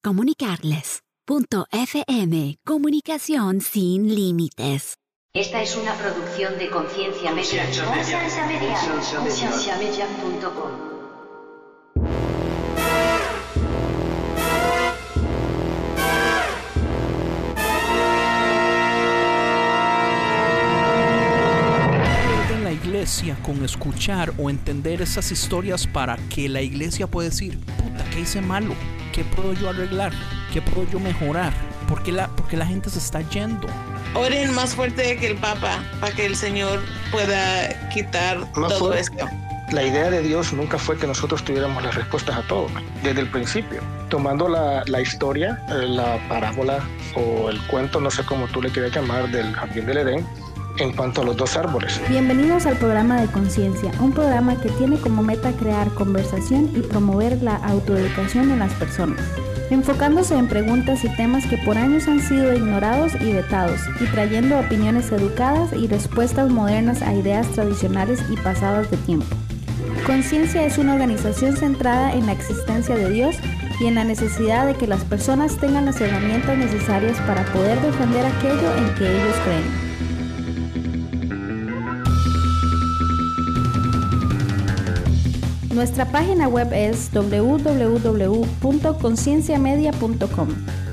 comunicarles. .fm Comunicación sin límites. Esta es una producción de Conciencia Media. Concienciamedia.com. Iglesia con escuchar o entender esas historias para que la iglesia pueda decir, puta, ¿qué hice malo? ¿Qué puedo yo arreglar? ¿Qué puedo yo mejorar? Porque la gente se está yendo. Oren más fuerte que el Papa para que el Señor pueda quitar todo esto. La idea de Dios nunca fue que nosotros tuviéramos las respuestas a todo, desde el principio. Tomando la historia, la parábola o el cuento, no sé cómo tú le quieras llamar, del Jardín del Edén, en cuanto a los dos árboles. Bienvenidos al programa de Conciencia, un programa que tiene como meta crear conversación y promover la autoeducación en las personas, enfocándose en preguntas y temas que por años han sido ignorados y vetados, y trayendo opiniones educadas y respuestas modernas a ideas tradicionales y pasadas de tiempo. Conciencia es una organización centrada en la existencia de Dios y en la necesidad de que las personas tengan las herramientas necesarias para poder defender aquello en que ellos creen. Nuestra página web es www.concienciamedia.com.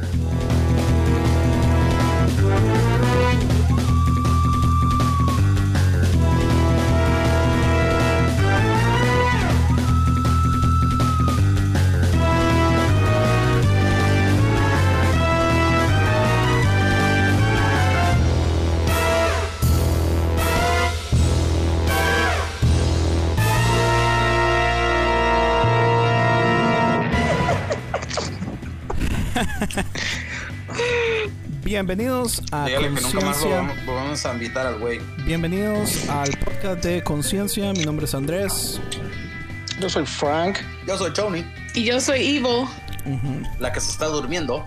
Bienvenidos a Conciencia. Vamos a invitar al güey. Bienvenidos al podcast de Conciencia. Mi nombre es Andrés. Yo soy Frank. Yo soy Tony. Y yo soy Evil. La que se está durmiendo.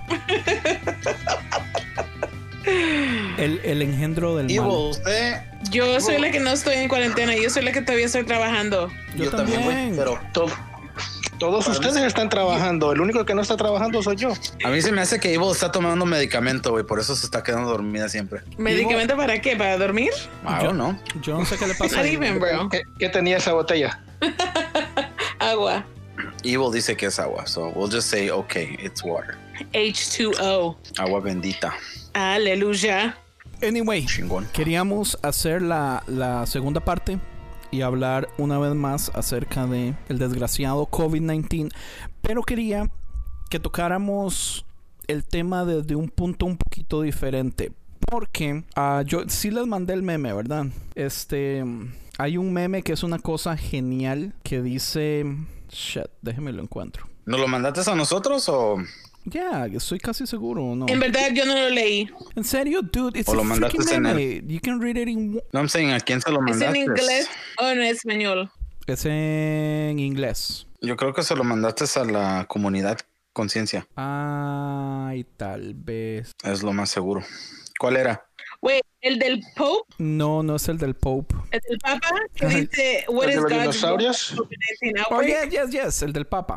El engendro del Evil, mal. usted. Yo soy la que no estoy en cuarentena. Yo soy la que todavía estoy trabajando. Yo también, güey. Pero Todos ustedes están trabajando. El único que no está trabajando soy yo. a mí se me hace que Evil está tomando medicamento, güey. Por eso se está quedando dormida siempre. ¿Medicamento para qué? ¿Para dormir? No. Yo no sé qué le pasa. Not even, bro. ¿Qué tenía esa botella? Agua. Evil dice que es agua. So we'll just say, okay, it's water. H2O. Agua bendita. Aleluya. Anyway, Chingón. queríamos hacer la segunda parte y hablar una vez más acerca de el desgraciado COVID-19, pero quería que tocáramos el tema desde un punto un poquito diferente, porque yo sí les mandé el meme, ¿verdad? Hay un meme que es una cosa genial que dice, déjeme lo encuentro. ¿Nos lo mandaste a nosotros o...? Ya, estoy casi seguro, ¿no? En verdad, yo no lo leí. En serio, dude, it's ¿O lo a mandaste freaking en meme. You can read it in... No, I'm saying, ¿a quién se lo ¿Es mandaste? en inglés o en español? Es en inglés. Yo creo que se lo mandaste a la comunidad Conciencia. Ay, tal vez. Es lo más seguro. ¿Cuál era? Wait, ¿el del Pope? No es el del Pope. ¿El del Papa? Que dice, what ¿El is de los God's dinosaurios? COVID-19 Oh, outbreak? yes, el del Papa.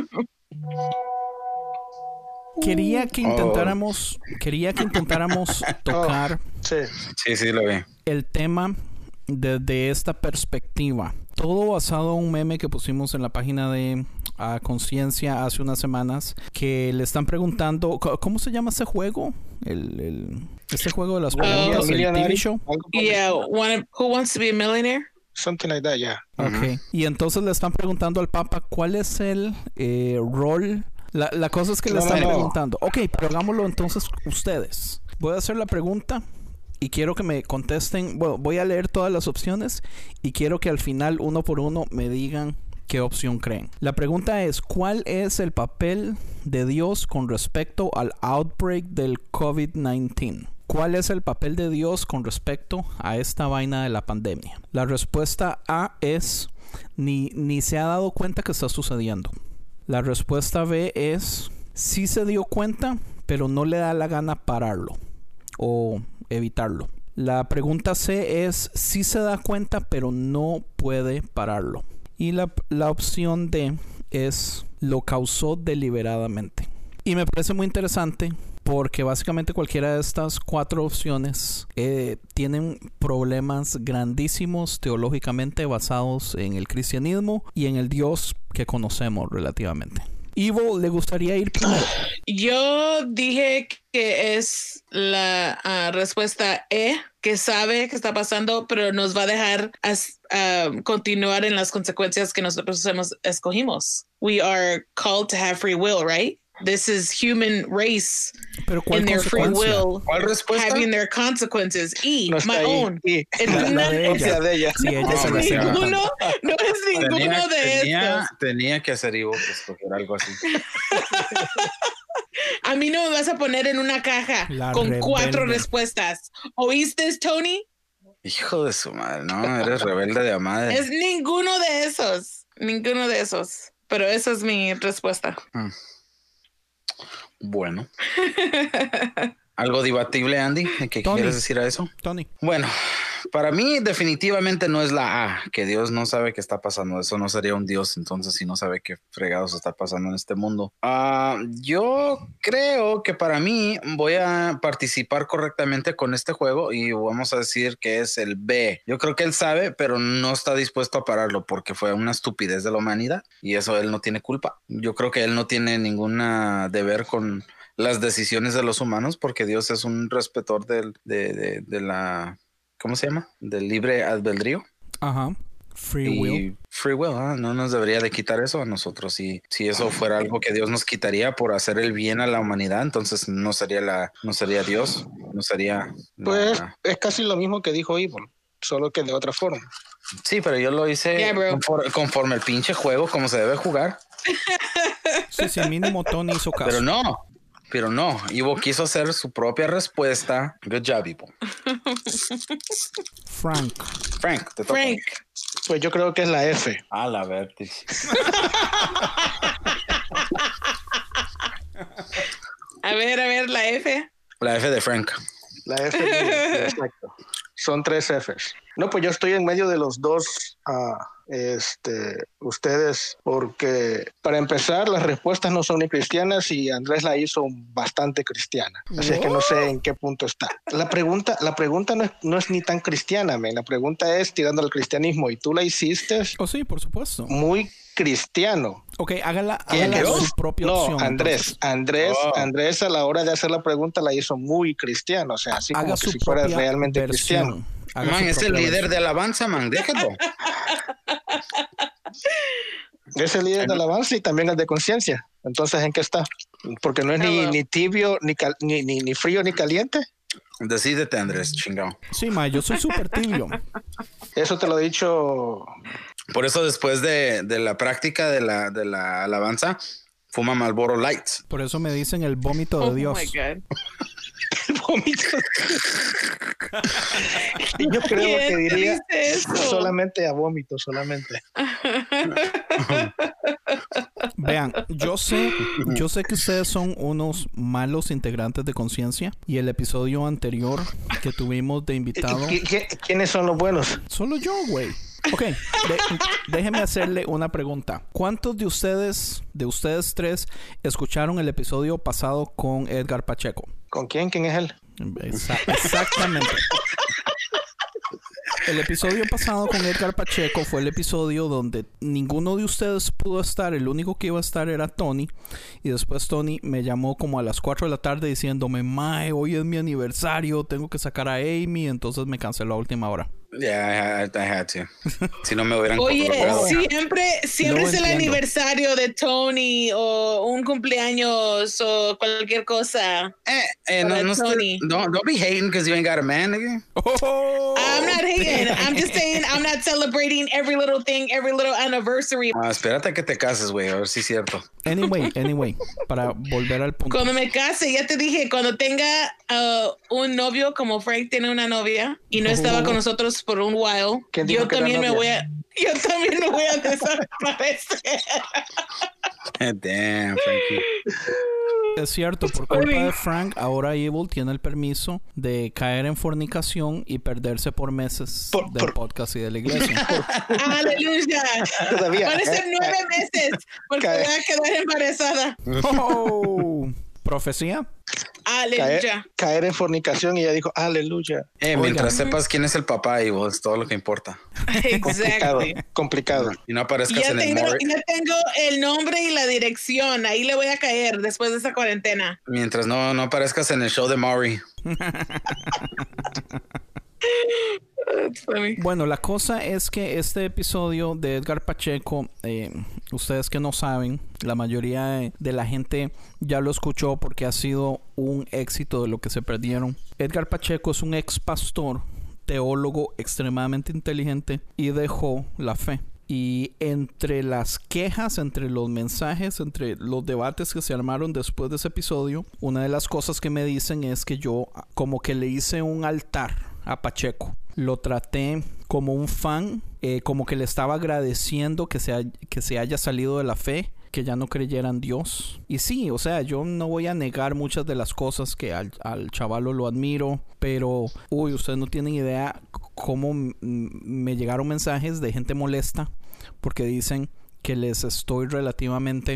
Quería que intentáramos tocar Sí, lo vi. el tema desde esta perspectiva. Todo basado en un meme que pusimos en la página de Conciencia hace unas semanas, que le están preguntando, ¿cómo se llama ese juego? Este juego de las preguntas, el TV show. Yeah, Who Wants to Be a Millionaire? Something like that, yeah. Okay. Y entonces le están preguntando al Papa cuál es el rol. La cosa es que le están preguntando. Ok, pero hagámoslo entonces ustedes. Voy a hacer la pregunta y quiero que me contesten. Bueno, voy a leer todas las opciones y quiero que al final, uno por uno, me digan qué opción creen. La pregunta es, ¿cuál es el papel de Dios con respecto al outbreak del COVID-19? ¿Cuál es el papel de Dios con respecto a esta vaina de la pandemia? La respuesta A es, ni se ha dado cuenta que está sucediendo. La respuesta B es, sí se dio cuenta, pero no le da la gana pararlo o evitarlo. La pregunta C es, sí se da cuenta, pero no puede pararlo. Y la opción D es, lo causó deliberadamente. Y me parece muy interesante porque básicamente cualquiera de estas 4 opciones tienen problemas grandísimos teológicamente basados en el cristianismo y en el Dios que conocemos relativamente. Ivo, ¿le gustaría ir primero? Yo dije que es la respuesta E, que sabe que está pasando, pero nos va a dejar continuar en las consecuencias que nosotros escogimos. We are called to have free will, right? This is human race in their free will. ¿Cuál respuesta? Having their consequences. No my own. La de ella. Sí, ella se la No es ninguno de estos. Tenía que hacer Ivo que escoger algo así. A mí no me vas a poner en una caja con rebelde. 4 respuestas. ¿Oíste, Tony? Hijo de su madre, no, eres rebelde de madre. Es ninguno de esos. Ninguno de esos. Pero esa es mi respuesta. Bueno. ¿Algo debatible, Andy? ¿Qué quieres decir a eso? Tony. Bueno, para mí definitivamente no es la A, que Dios no sabe qué está pasando. Eso no sería un Dios, entonces, si no sabe qué fregados está pasando en este mundo. Yo creo que para mí voy a participar correctamente con este juego y vamos a decir que es el B. Yo creo que él sabe, pero no está dispuesto a pararlo porque fue una estupidez de la humanidad y eso él no tiene culpa. Yo creo que él no tiene ninguna deber con las decisiones de los humanos porque Dios es un respetor de la, ¿cómo se llama? Del libre albedrío. Ajá. Free will. Free will, no nos debería de quitar eso a nosotros. Si eso fuera algo que Dios nos quitaría por hacer el bien a la humanidad, entonces no sería Dios, no sería... Pues es casi lo mismo que dijo Ivo, solo que de otra forma. Sí, pero yo lo hice conforme el pinche juego, como se debe jugar. Sí, mínimo Tony hizo caso. Pero no, Ivo quiso hacer su propia respuesta. Good job, Ivo. Frank, te toca. Frank. Pues yo creo que es la F. La vértice. A ver, la F. La F de Frank. La F de exacto. Son 3 Fs. No, pues yo estoy en medio de los dos ustedes, porque para empezar las respuestas no son ni cristianas y Andrés la hizo bastante cristiana, así es que no sé en qué punto está. La pregunta no es ni tan cristiana, la pregunta es tirando al cristianismo y tú la hiciste sí, por supuesto, muy cristiano. Ok, hágala su propia opción. Andrés a la hora de hacer la pregunta la hizo muy cristiano, o sea, así como si fuera realmente cristiano. Man, es el líder de alabanza, man, déjalo. Es el líder de alabanza y también el de conciencia. Entonces, ¿en qué está? Porque no es ni tibio, ni frío, ni caliente. Decídete, Andrés, chingado. Sí, yo soy súper tibio. Eso te lo he dicho. Por eso después de la práctica de la alabanza, fuma Marlboro Lights. Por eso me dicen el vómito de Dios. Oh my God. El vómito. Yo creo que diría solamente a vómito, solamente. Vean, yo sé que ustedes son unos malos integrantes de conciencia y el episodio anterior que tuvimos de invitado. ¿Quiénes son los buenos? Solo yo, güey. Ok, déjeme hacerle una pregunta. ¿Cuántos de ustedes 3 escucharon el episodio pasado con Edgar Pacheco? ¿Con quién? ¿Quién es él? Exactamente. El episodio pasado con Edgar Pacheco fue el episodio donde ninguno de ustedes pudo estar. El único que iba a estar era Tony. Y después Tony me llamó como a las 4 de la tarde diciéndome: Mae, hoy es mi aniversario, tengo que sacar a Amy. Entonces me canceló a última hora. Yeah, I had to. Si no me hubieran Oye, comprado. siempre es el aniversario de Tony o un cumpleaños o cualquier cosa. Don't be hating because you ain't got a man, nigga. Oh, I'm not hating. I'm just saying I'm not celebrating every little thing, every little anniversary. Espérate a que te cases, güey, a ver si es cierto. Anyway, para volver al punto. Cuando me case, ya te dije, cuando tenga un novio como Frank tiene una novia y no estaba con nosotros por un while, yo también me voy a desaparecer. Damn, Frankie. Es cierto, por culpa de Frank, ahora Evil tiene el permiso de caer en fornicación y perderse por meses del podcast y de la iglesia. ¡Aleluya! Todavía. Van a ser 9 meses porque voy a quedar embarazada. Oh. Profecía. Aleluya. Caer en fornicación y ella dijo, aleluya. Mientras sepas quién es el papá y vos, todo lo que importa. Complicado. Y no aparezcas en el Maury. Ya tengo el nombre y la dirección. Ahí le voy a caer después de esa cuarentena. Mientras no aparezcas en el show de Maury. Bueno, la cosa es que este episodio de Edgar Pacheco, ustedes que no saben, la mayoría de la gente ya lo escuchó porque ha sido un éxito de lo que se perdieron. Edgar Pacheco es un ex pastor, teólogo extremadamente inteligente y dejó la fe. Y entre las quejas, entre los mensajes, entre los debates que se armaron después de ese episodio, una de las cosas que me dicen es que yo como que le hice un altar a Pacheco. Lo traté como un fan, como que le estaba agradeciendo que se haya salido de la fe, que ya no creyera en Dios. Y sí, o sea, yo no voy a negar muchas de las cosas que al chavalo lo admiro, pero ustedes no tienen idea cómo me llegaron mensajes de gente molesta porque dicen que les estoy relativamente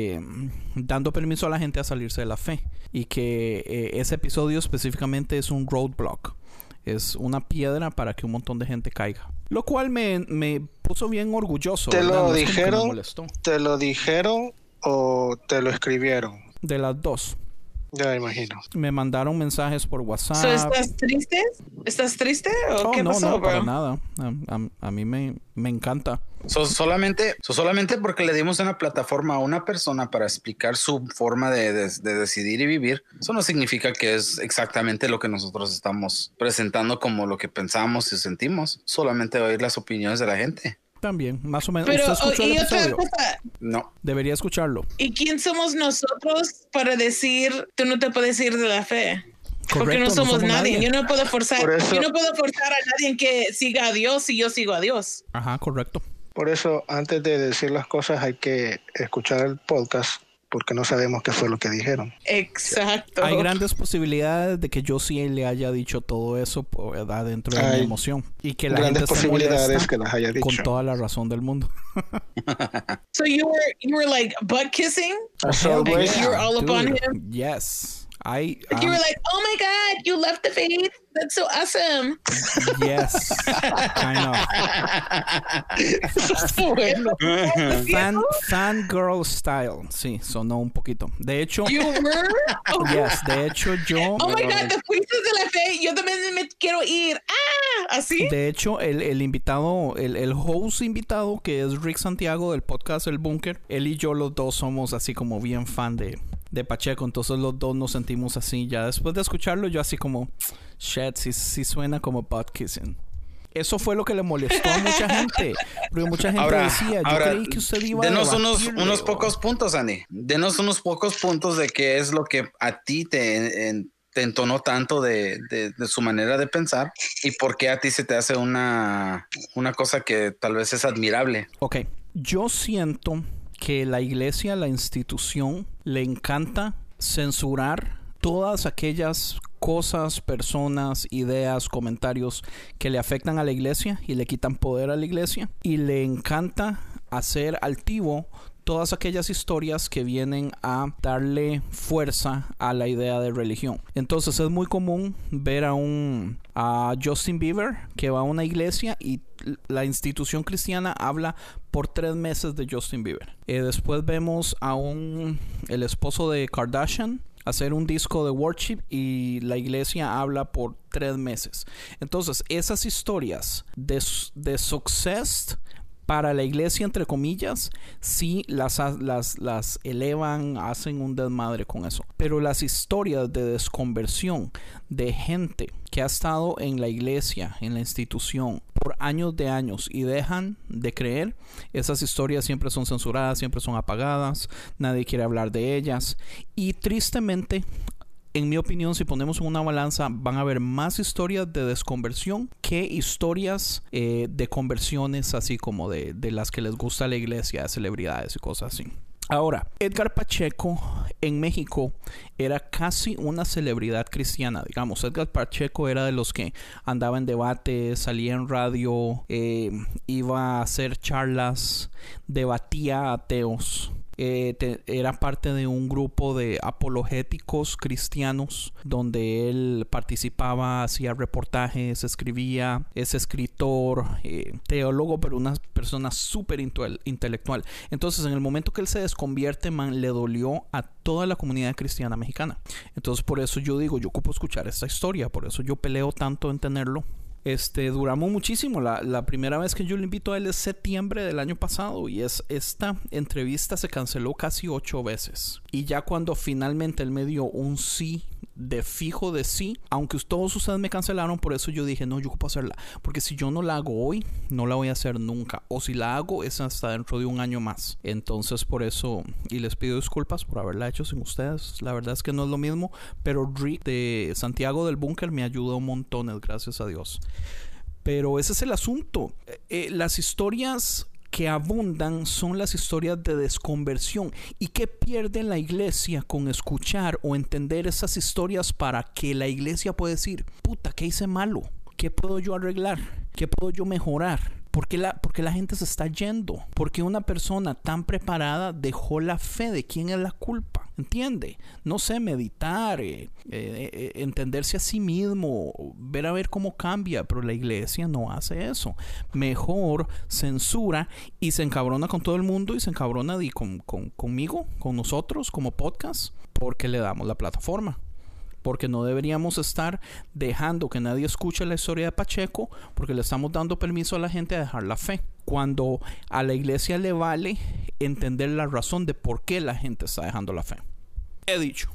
dando permiso a la gente a salirse de la fe y que ese episodio específicamente es un roadblock. Es una piedra para que un montón de gente caiga. Lo cual me puso bien orgulloso. ¿Te ¿verdad? lo dijeron? ¿Te lo dijeron o te lo escribieron? De las dos. Ya me imagino. Me mandaron mensajes por WhatsApp. ¿Estás triste? ¿Estás triste? ¿O qué pasó, no, bro? para nada. A mí me encanta. Solamente porque le dimos una plataforma a una persona para explicar su forma de decidir y vivir, eso no significa que es exactamente lo que nosotros estamos presentando como lo que pensamos y sentimos. Solamente oír las opiniones de la gente. También, más o menos. Pero, ¿usted escuchó el episodio? Otra cosa. No. Debería escucharlo. ¿Y quién somos nosotros para decir tú no te puedes ir de la fe? Correcto, porque no somos nadie. Yo no puedo forzar a nadie que siga a Dios si yo sigo a Dios. Ajá, correcto. Por eso, antes de decir las cosas, hay que escuchar el podcast, porque no sabemos qué fue lo que dijeron. Exacto. Hay grandes posibilidades de que yo sí le haya dicho todo eso dentro de mi emoción. Y que la grandes gente posibilidades que las haya dicho. Con toda la razón del mundo. So you were like butt kissing? You were all up on him? Yes. You were like, oh my God, you left the faith? That's so awesome. Yes. kind of. Fangirl style. Sí, sonó un poquito. De hecho. You were? Oh. Yes, de hecho yo. Oh my God, te fuiste de la fe. Yo también me quiero ir. ¿Así? De hecho, el invitado, el host invitado, que es Rick Santiago del podcast El Búnker, él y yo los dos somos así como bien fan de Pacheco, entonces los dos nos sentimos así. Ya después de escucharlo, yo así como shit, sí suena como butt kissing. Eso fue lo que le molestó a mucha gente, porque mucha gente decía, yo creí que usted iba denos unos pocos puntos, Andy. Denos unos pocos puntos de qué es lo que a ti te entonó tanto de su manera de pensar y por qué a ti se te hace una cosa que tal vez es admirable. Ok, yo siento que la iglesia, la institución, le encanta censurar todas aquellas cosas, personas, ideas, comentarios que le afectan a la iglesia y le quitan poder a la iglesia, y le encanta hacer altivo todas aquellas historias que vienen a darle fuerza a la idea de religión. Entonces es muy común ver a Justin Bieber que va a una iglesia y la institución cristiana habla por 3 meses de Justin Bieber. Después vemos a el esposo de Kardashian hacer un disco de worship y la iglesia habla por 3 meses. Entonces esas historias de success para la iglesia, entre comillas, sí las elevan, hacen un desmadre con eso. Pero las historias de desconversión de gente que ha estado en la iglesia, en la institución, por años de años y dejan de creer, esas historias siempre son censuradas, siempre son apagadas, nadie quiere hablar de ellas. Y tristemente, en mi opinión, si ponemos en una balanza, van a haber más historias de desconversión que historias de conversiones, así como de las que les gusta a la iglesia, de celebridades y cosas así. Ahora, Edgar Pacheco en México era casi una celebridad cristiana, digamos. Edgar Pacheco era de los que andaba en debates, salía en radio, iba a hacer charlas, debatía a ateos. Era parte de un grupo de apologéticos cristianos donde él participaba, hacía reportajes, escribía, es escritor, teólogo, pero una persona súper intelectual. Entonces, en el momento que él se desconvierte, man, le dolió a toda la comunidad cristiana mexicana. Entonces, por eso yo digo, yo ocupo escuchar esta historia, por eso yo peleo tanto en tenerlo. Duramos muchísimo. La primera vez que yo lo invito a él es septiembre del año pasado, y esta entrevista se canceló casi 8 veces. Y ya cuando finalmente él me dio un sí de fijo de sí, aunque todos ustedes me cancelaron, por eso yo dije, no, yo ocupo hacerla, porque si yo no la hago hoy, no la voy a hacer nunca, o si la hago es hasta dentro de un año más. Entonces por eso, y les pido disculpas por haberla hecho sin ustedes, la verdad es que no es lo mismo, pero Rick de Santiago del Búnker me ayudó montones, gracias a Dios. Pero ese es el asunto. Las historias que abundan son las historias de desconversión. ¿Y qué pierde la iglesia con escuchar o entender esas historias para que la iglesia pueda decir, puta, ¿qué hice malo? ¿Qué puedo yo arreglar? ¿Qué puedo yo mejorar? ¿Por qué la gente se está yendo? Porque una persona tan preparada dejó la fe. ¿De quién es la culpa? ¿Entiende? No sé, meditar, entenderse a sí mismo, ver a ver cómo cambia, pero la iglesia no hace eso. Mejor censura y se encabrona con todo el mundo y se encabrona conmigo, con nosotros como podcast, porque le damos la plataforma. Porque no deberíamos estar dejando que nadie escuche la historia de Pacheco, porque le estamos dando permiso a la gente a dejar la fe, cuando a la iglesia le vale entender la razón de por qué la gente está dejando la fe. He dicho.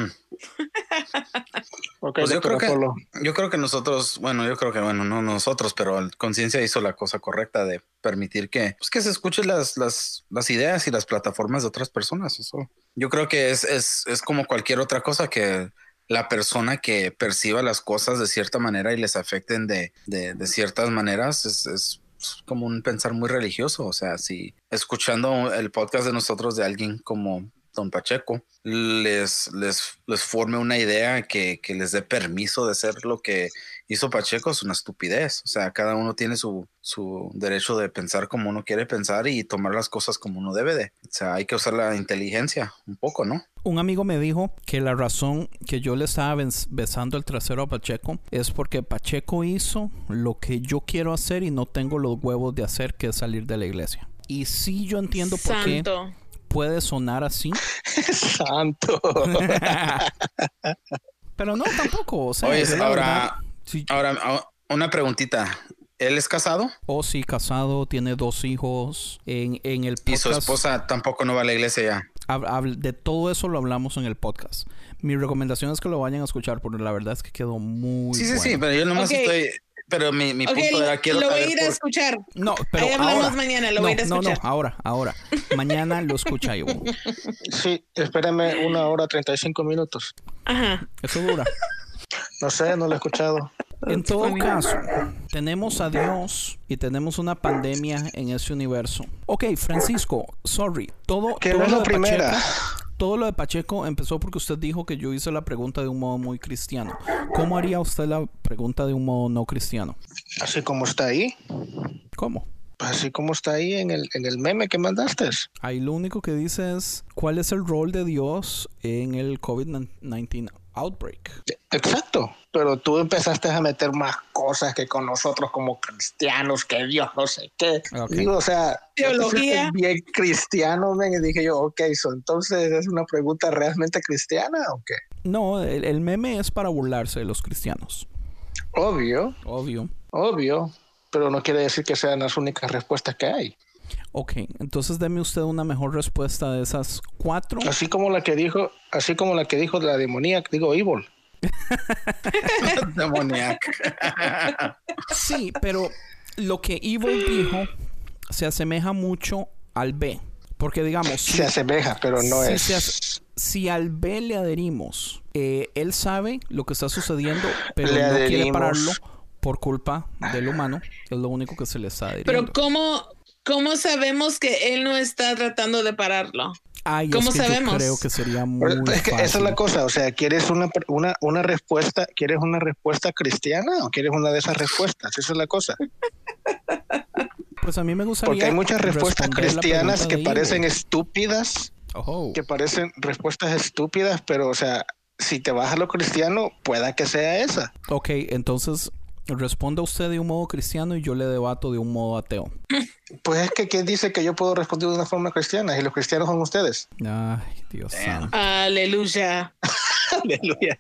Okay, pues yo creo que nosotros, no nosotros, pero Conciencia hizo la cosa correcta de permitir que se escuchen las ideas y las plataformas de otras personas. Eso, yo creo que es como cualquier otra cosa, que la persona que perciba las cosas de cierta manera y les afecten de ciertas maneras es como un pensar muy religioso. O sea, si escuchando el podcast de nosotros de alguien como Don Pacheco les forme una idea que les dé permiso de hacer lo que hizo Pacheco, es una estupidez. O sea, cada uno tiene su derecho de pensar como uno quiere pensar y tomar las cosas como uno debe de. O sea, hay que usar la inteligencia un poco, ¿no? Un amigo me dijo que la razón que yo le estaba besando el trasero a Pacheco es porque Pacheco hizo lo que yo quiero hacer y no tengo los huevos de hacer, que es salir de la iglesia. Y sí, yo entiendo por qué puede sonar así. Santo. Pero no, tampoco. O sea, oye, ahora una preguntita. ¿Él es casado? Oh, sí, casado, tiene 2 hijos. En el podcast, y su esposa tampoco no va a la iglesia ya. De todo eso lo hablamos en el podcast. Mi recomendación es que lo vayan a escuchar, porque la verdad es que quedó muy bueno. Sí, pero yo nomás estoy... Pero mi punto era, quiero lo voy a ir a escuchar. No, pero ahí hablamos mañana, lo voy a ir a escuchar. Ahora. Mañana lo escucha yo. Sí, espérame 1 hora 35 minutos. Ajá. Eso dura. No sé, no lo he escuchado. En todo caso, tenemos a Dios y tenemos una pandemia en ese universo. Ok, Francisco, sorry. Todo no es la primera. Todo lo de Pacheco empezó porque usted dijo que yo hice la pregunta de un modo muy cristiano. ¿Cómo haría usted la pregunta de un modo no cristiano? Así como está ahí. ¿Cómo? Así como está ahí en el meme que mandaste. Ahí lo único que dice es ¿cuál es el rol de Dios en el COVID-19 outbreak? Exacto, pero tú empezaste a meter más cosas que con nosotros como cristianos, que Dios no sé qué. Okay. Digo, o sea, teología bien cristiano, y dije yo, entonces es una pregunta realmente cristiana o qué? No, el meme es para burlarse de los cristianos. Obvio, pero no quiere decir que sean las únicas respuestas que hay. Ok, entonces deme usted una mejor respuesta de esas 4. Así como la que dijo la demoníaca, digo evil. Demoníaca. Sí, pero lo que Evil dijo se asemeja mucho al B. Porque digamos... Se asemeja, pero no es... Si al B le adherimos, él sabe lo que está sucediendo, pero no quiere pararlo por culpa del humano. Es lo único que se le está adhiriendo. Pero ¿cómo sabemos que él no está tratando de pararlo? Ay, ¿Cómo es que sabemos? Yo creo que sería muy es que fácil. esa es la cosa, o sea, ¿quieres una respuesta, quieres una respuesta cristiana o quieres una de esas respuestas? Esa es la cosa. Pues a mí me gustaría... Porque hay muchas respuestas cristianas que parecen estúpidas que parecen respuestas estúpidas, pero, o sea, si te vas a lo cristiano, pueda que sea esa. Ok, entonces responda usted de un modo cristiano y yo le debato de un modo ateo. Pues es que ¿quién dice que yo puedo responder de una forma cristiana? Y los cristianos son ustedes. Ay, Dios santo. Aleluya. Aleluya.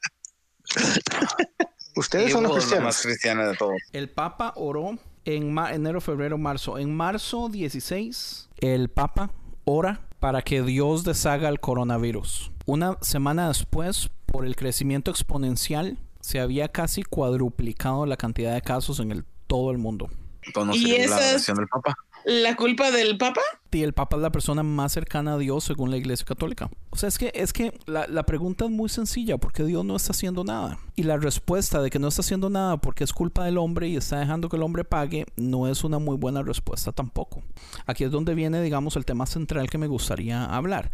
Ustedes son los cristianos. Más cristiana de todos. El Papa oró en enero, febrero, marzo. En marzo 16, el Papa ora para que Dios deshaga el coronavirus. Una semana después, por el crecimiento exponencial, se había casi cuadruplicado la cantidad de casos en todo el mundo. Entonces, ¿Y la esa es oración del Papa? la culpa del Papa? Y el Papa es la persona más cercana a Dios según la Iglesia Católica. O sea, es que la pregunta es muy sencilla. ¿Por qué Dios no está haciendo nada? Y la respuesta de que no está haciendo nada porque es culpa del hombre y está dejando que el hombre pague no es una muy buena respuesta tampoco. Aquí es donde viene, digamos, el tema central que me gustaría hablar,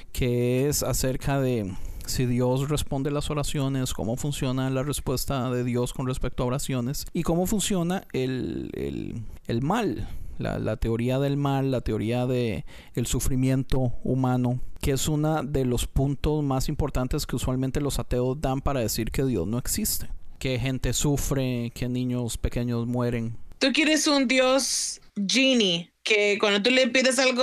que es acerca de si Dios responde las oraciones, cómo funciona la respuesta de Dios con respecto a oraciones y cómo funciona el mal. La teoría del mal, la teoría de el sufrimiento humano, que es uno de los puntos más importantes que usualmente los ateos dan para decir que Dios no existe. Que gente sufre, que niños pequeños mueren. Tú quieres un Dios genie, que cuando tú le pides algo,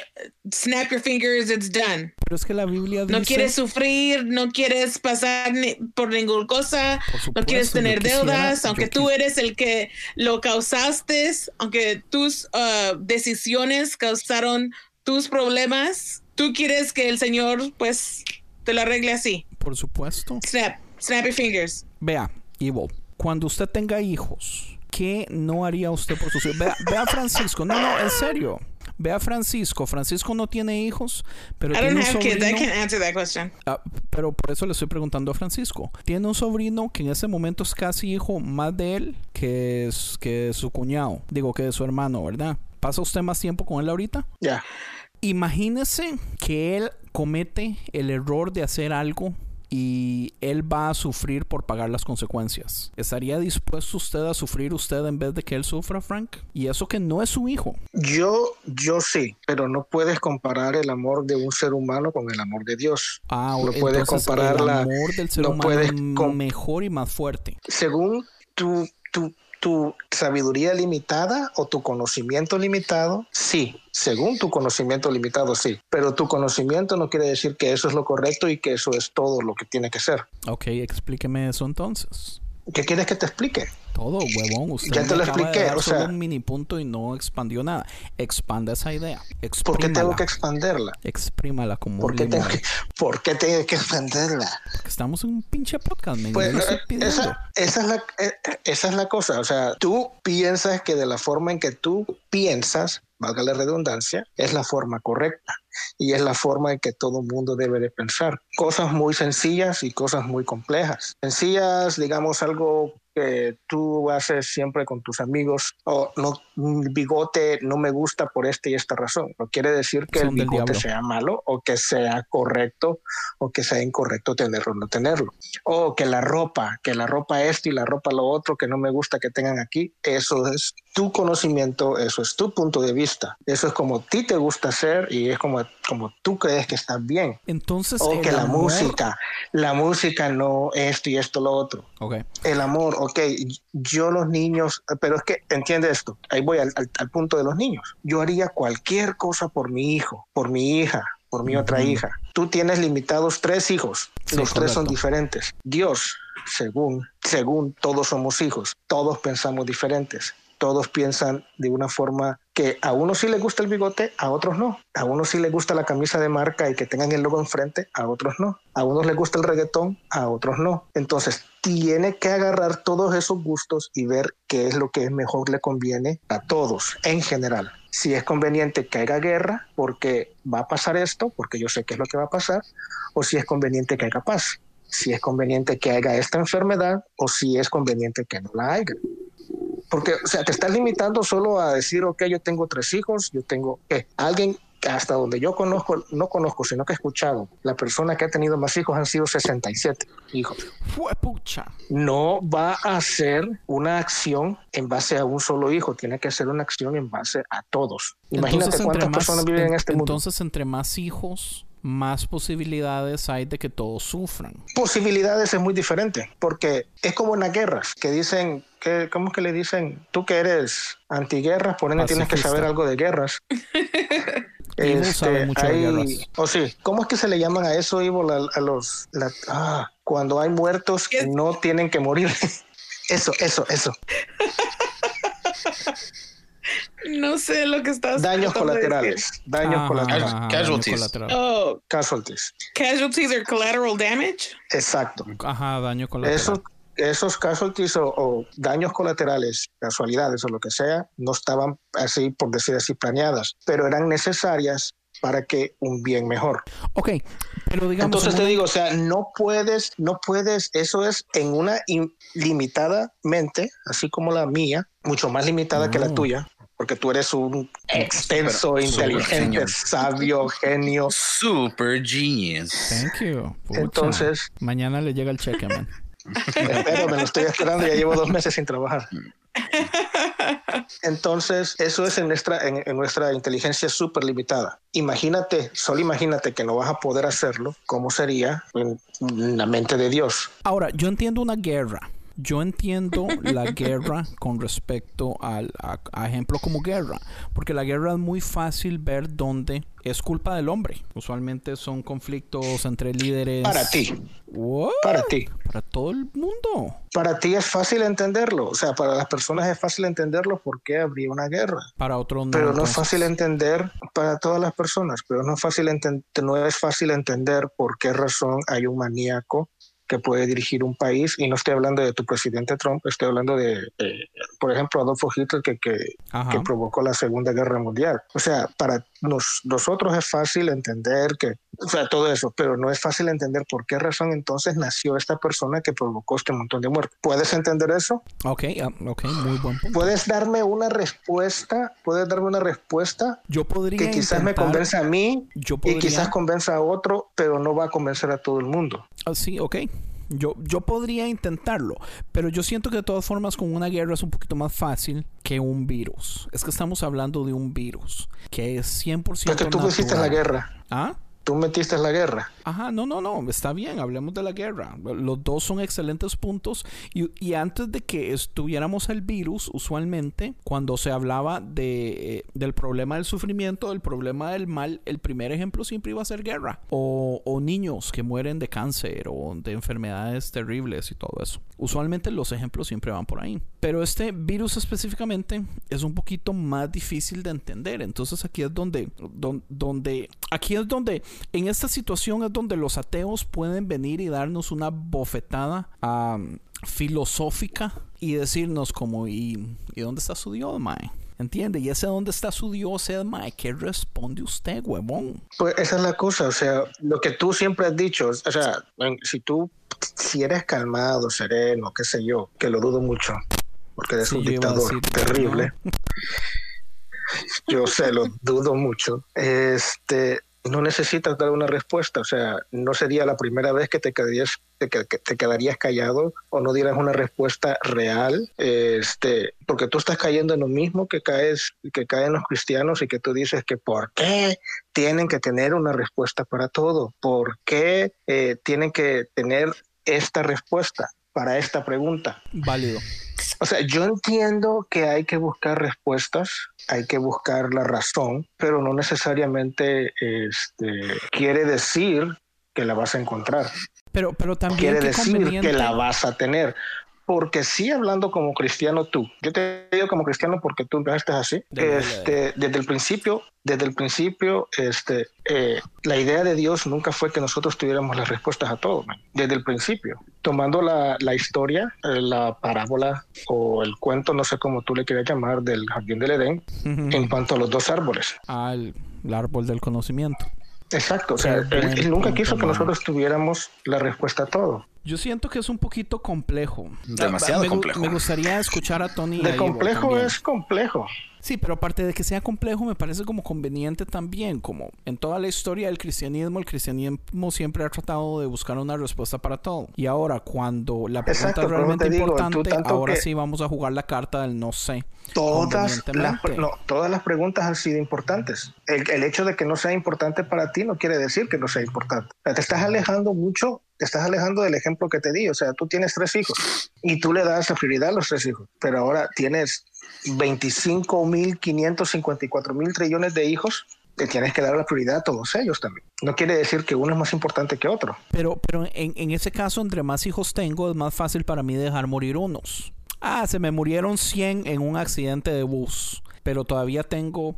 snap your fingers, it's done. Pero es que la Biblia dice... No quieres sufrir, no quieres pasar por ninguna cosa, supuesto, no quieres tener deudas, aunque tú quisiera... eres el que lo causaste, aunque tus decisiones causaron tus problemas, tú quieres que el Señor, pues, te lo arregle así. Por supuesto. Snap your fingers. Vea, Ivo, cuando usted tenga hijos... ¿Qué no haría usted por sus hijos? Ve a Francisco. No, en serio. Ve a Francisco. Francisco no tiene hijos, pero tiene un sobrino. Kids. I can't answer that question. Pero por eso le estoy preguntando a Francisco. Tiene un sobrino que en ese momento es casi hijo más de él que su cuñado. Digo, que de su hermano, ¿verdad? ¿Pasa usted más tiempo con él ahorita? Ya. Imagínese que él comete el error de hacer algo y él va a sufrir por pagar las consecuencias. ¿Estaría dispuesto usted a sufrir usted en vez de que él sufra, Frank? Y eso que no es su hijo. Yo sí, pero no puedes comparar el amor de un ser humano con el amor de Dios. No puedes comparar el amor del ser humano es mejor y más fuerte. Según tu sabiduría limitada o tu conocimiento limitado, sí. Según tu conocimiento limitado, sí. Pero tu conocimiento no quiere decir que eso es lo correcto y que eso es todo lo que tiene que ser. Ok, explíqueme eso entonces. ¿Qué quieres que te explique? Todo, huevón. Usted ya te lo expliqué. O sea, un mini punto y no expandió nada. Expanda esa idea. Exprímala. ¿Por qué tengo que expanderla? Exprímala como ¿Por qué tengo que expanderla? Porque estamos en un pinche podcast, man. Pues, esa es la cosa. O sea, tú piensas que de la forma en que tú piensas, valga la redundancia, es la forma correcta. Y es la forma en que todo mundo debe de pensar. Cosas muy sencillas y cosas muy complejas. Sencillas, digamos, algo que tú haces siempre con tus amigos. No, bigote no me gusta por esta y esta razón. No quiere decir que el bigote sea malo o que sea correcto o que sea incorrecto tenerlo o no tenerlo. O que la ropa esto y la ropa lo otro que no me gusta que tengan aquí. Eso es tu conocimiento, eso es tu punto de vista. Eso es como a ti te gusta hacer y es como tú crees que estás bien. Entonces, o que la música no esto y esto lo otro. Okay. El amor, yo los niños, pero es que entiende esto, ahí voy al punto de los niños. Yo haría cualquier cosa por mi hijo, por mi hija, por mi otra hija. Tú tienes limitados 3 hijos, sí, los 3 son diferentes. Dios, según todos somos hijos, todos pensamos diferentes. Todos piensan de una forma que a unos sí les gusta el bigote, a otros no. A unos sí les gusta la camisa de marca y que tengan el logo enfrente, a otros no. A unos les gusta el reggaetón, a otros no. Entonces, tiene que agarrar todos esos gustos y ver qué es lo que mejor le conviene a todos, en general. Si es conveniente que haya guerra, porque va a pasar esto, porque yo sé qué es lo que va a pasar, o si es conveniente que haya paz. Si es conveniente que haya esta enfermedad, o si es conveniente que no la haya. Porque, o sea, te estás limitando solo a decir, yo tengo 3 hijos, yo tengo... Alguien hasta donde yo conozco, no conozco, sino que he escuchado, la persona que ha tenido más hijos han sido 67 hijos. ¡Fuepucha! No va a hacer una acción en base a un solo hijo, tiene que hacer una acción en base a todos. Imagínate cuántas personas viven en este mundo. Entonces, entre más hijos, más posibilidades hay de que todos sufran. Posibilidades es muy diferente, porque es como en las guerras, que dicen, ¿cómo es que le dicen? Tú que eres antiguerras, por ende tienes que saber algo de guerras. Sabe mucho de guerras. Sí, ¿cómo es que se le llaman a eso, Ivo? Cuando hay muertos, no tienen que morir. Eso. No sé lo que estás... Daños colaterales. Casualties. Casualties. Casualties are collateral damage. Exacto. Ajá, daño colateral. Esos casualties o daños colaterales, casualidades o lo que sea, no estaban así, por decir así, planeadas, pero eran necesarias para que un bien mejor. Ok, pero digamos... Entonces te digo, o sea, no puedes, eso es en una limitada mente, así como la mía, mucho más limitada que la tuya, porque tú eres un extenso, inteligente, sabio, genio. Super genius. Thank you. Pucha. Entonces... Mañana le llega el cheque, man. Espero, me lo estoy esperando, ya llevo 2 meses sin trabajar. Entonces, eso es en nuestra inteligencia súper limitada. Solo imagínate que no vas a poder hacerlo, ¿cómo sería en la mente de Dios? Ahora, yo entiendo una guerra. Yo entiendo la guerra con respecto a ejemplo como guerra, porque la guerra es muy fácil ver dónde es culpa del hombre. Usualmente son conflictos entre líderes. Para ti. What? Para ti. Para todo el mundo. Para ti es fácil entenderlo. O sea, para las personas es fácil entenderlo por qué habría una guerra. Para otros no. Pero no es fácil entender para todas las personas. Pero no es fácil entender por qué razón hay un maníaco que puede dirigir un país, y no estoy hablando de tu presidente Trump, estoy hablando de por ejemplo, Adolfo Hitler que provocó la Segunda Guerra Mundial. O sea, para nosotros es fácil entender todo eso, pero no es fácil entender por qué razón entonces nació esta persona que provocó este montón de muertes. ¿Puedes entender eso? Ok, muy buen punto. ¿Puedes darme una respuesta? Yo podría que quizás me convenza a mí y quizás convenza a otro, pero no va a convencer a todo el mundo. Sí, ok. Yo podría intentarlo, pero yo siento que de todas formas con una guerra es un poquito más fácil que un virus. Es que estamos hablando de un virus que es 100% porque tú hiciste la guerra. ¿Ah? Tú metiste la guerra. Ajá, no, está bien, hablemos de la guerra. Los dos son excelentes puntos. Y antes de que tuviéramos el virus, usualmente, cuando se hablaba del problema del sufrimiento, del problema del mal, el primer ejemplo siempre iba a ser guerra. O niños que mueren de cáncer o de enfermedades terribles y todo eso. Usualmente los ejemplos siempre van por ahí. Pero este virus específicamente es un poquito más difícil de entender. Entonces aquí es donde en esta situación es donde los ateos pueden venir y darnos una bofetada filosófica y decirnos como ¿y dónde está su Dios, mae? ¿Entiende? Y ese dónde está su Dios es, mae, ¿qué responde usted, huevón? Pues esa es la cosa, o sea, lo que tú siempre has dicho, o sea, si eres calmado, sereno, qué sé yo, que lo dudo mucho, porque eres un dictador terrible. No. Yo sé, lo dudo mucho. No necesitas dar una respuesta, o sea, no sería la primera vez que te quedarías callado o no dieras una respuesta real, porque tú estás cayendo en lo mismo que caen los cristianos, y que tú dices que ¿por qué tienen que tener una respuesta para todo? ¿Por qué tienen que tener esta respuesta para esta pregunta? Válido. O sea, yo entiendo que hay que buscar respuestas, hay que buscar la razón, pero no necesariamente quiere decir que la vas a encontrar. Pero también quiere decir que la vas a tener. Porque sí, hablando como cristiano tú, yo te digo como cristiano porque tú empezaste así, desde el principio, la idea de Dios nunca fue que nosotros tuviéramos las respuestas a todo, man. Desde el principio, tomando la historia, la parábola o el cuento, no sé cómo tú le quieras llamar, del jardín del Edén, en cuanto a los 2 árboles. El árbol del conocimiento. Exacto, o sea, él nunca quiso que nosotros tuviéramos la respuesta a todo. Yo siento que es un poquito complejo. Demasiado complejo. Me gustaría escuchar a Tony. De complejo es complejo. Sí, pero aparte de que sea complejo, me parece como conveniente también, como en toda la historia del cristianismo, el cristianismo siempre ha tratado de buscar una respuesta para todo. Y ahora, cuando la pregunta es realmente importante, ahora sí vamos a jugar la carta del no sé. Todas las preguntas han sido importantes. El hecho de que no sea importante para ti no quiere decir que no sea importante. O sea, te estás alejando mucho, te estás alejando del ejemplo que te di. O sea, tú tienes 3 hijos y tú le das la prioridad a los 3 hijos, pero ahora tienes 25.554.000 trillones de hijos. Te tienes que dar la prioridad a todos ellos también. No quiere decir que uno es más importante que otro. Pero en ese caso, entre más hijos tengo, es más fácil para mí dejar morir unos. Se me murieron 100 en un accidente de bus, pero todavía tengo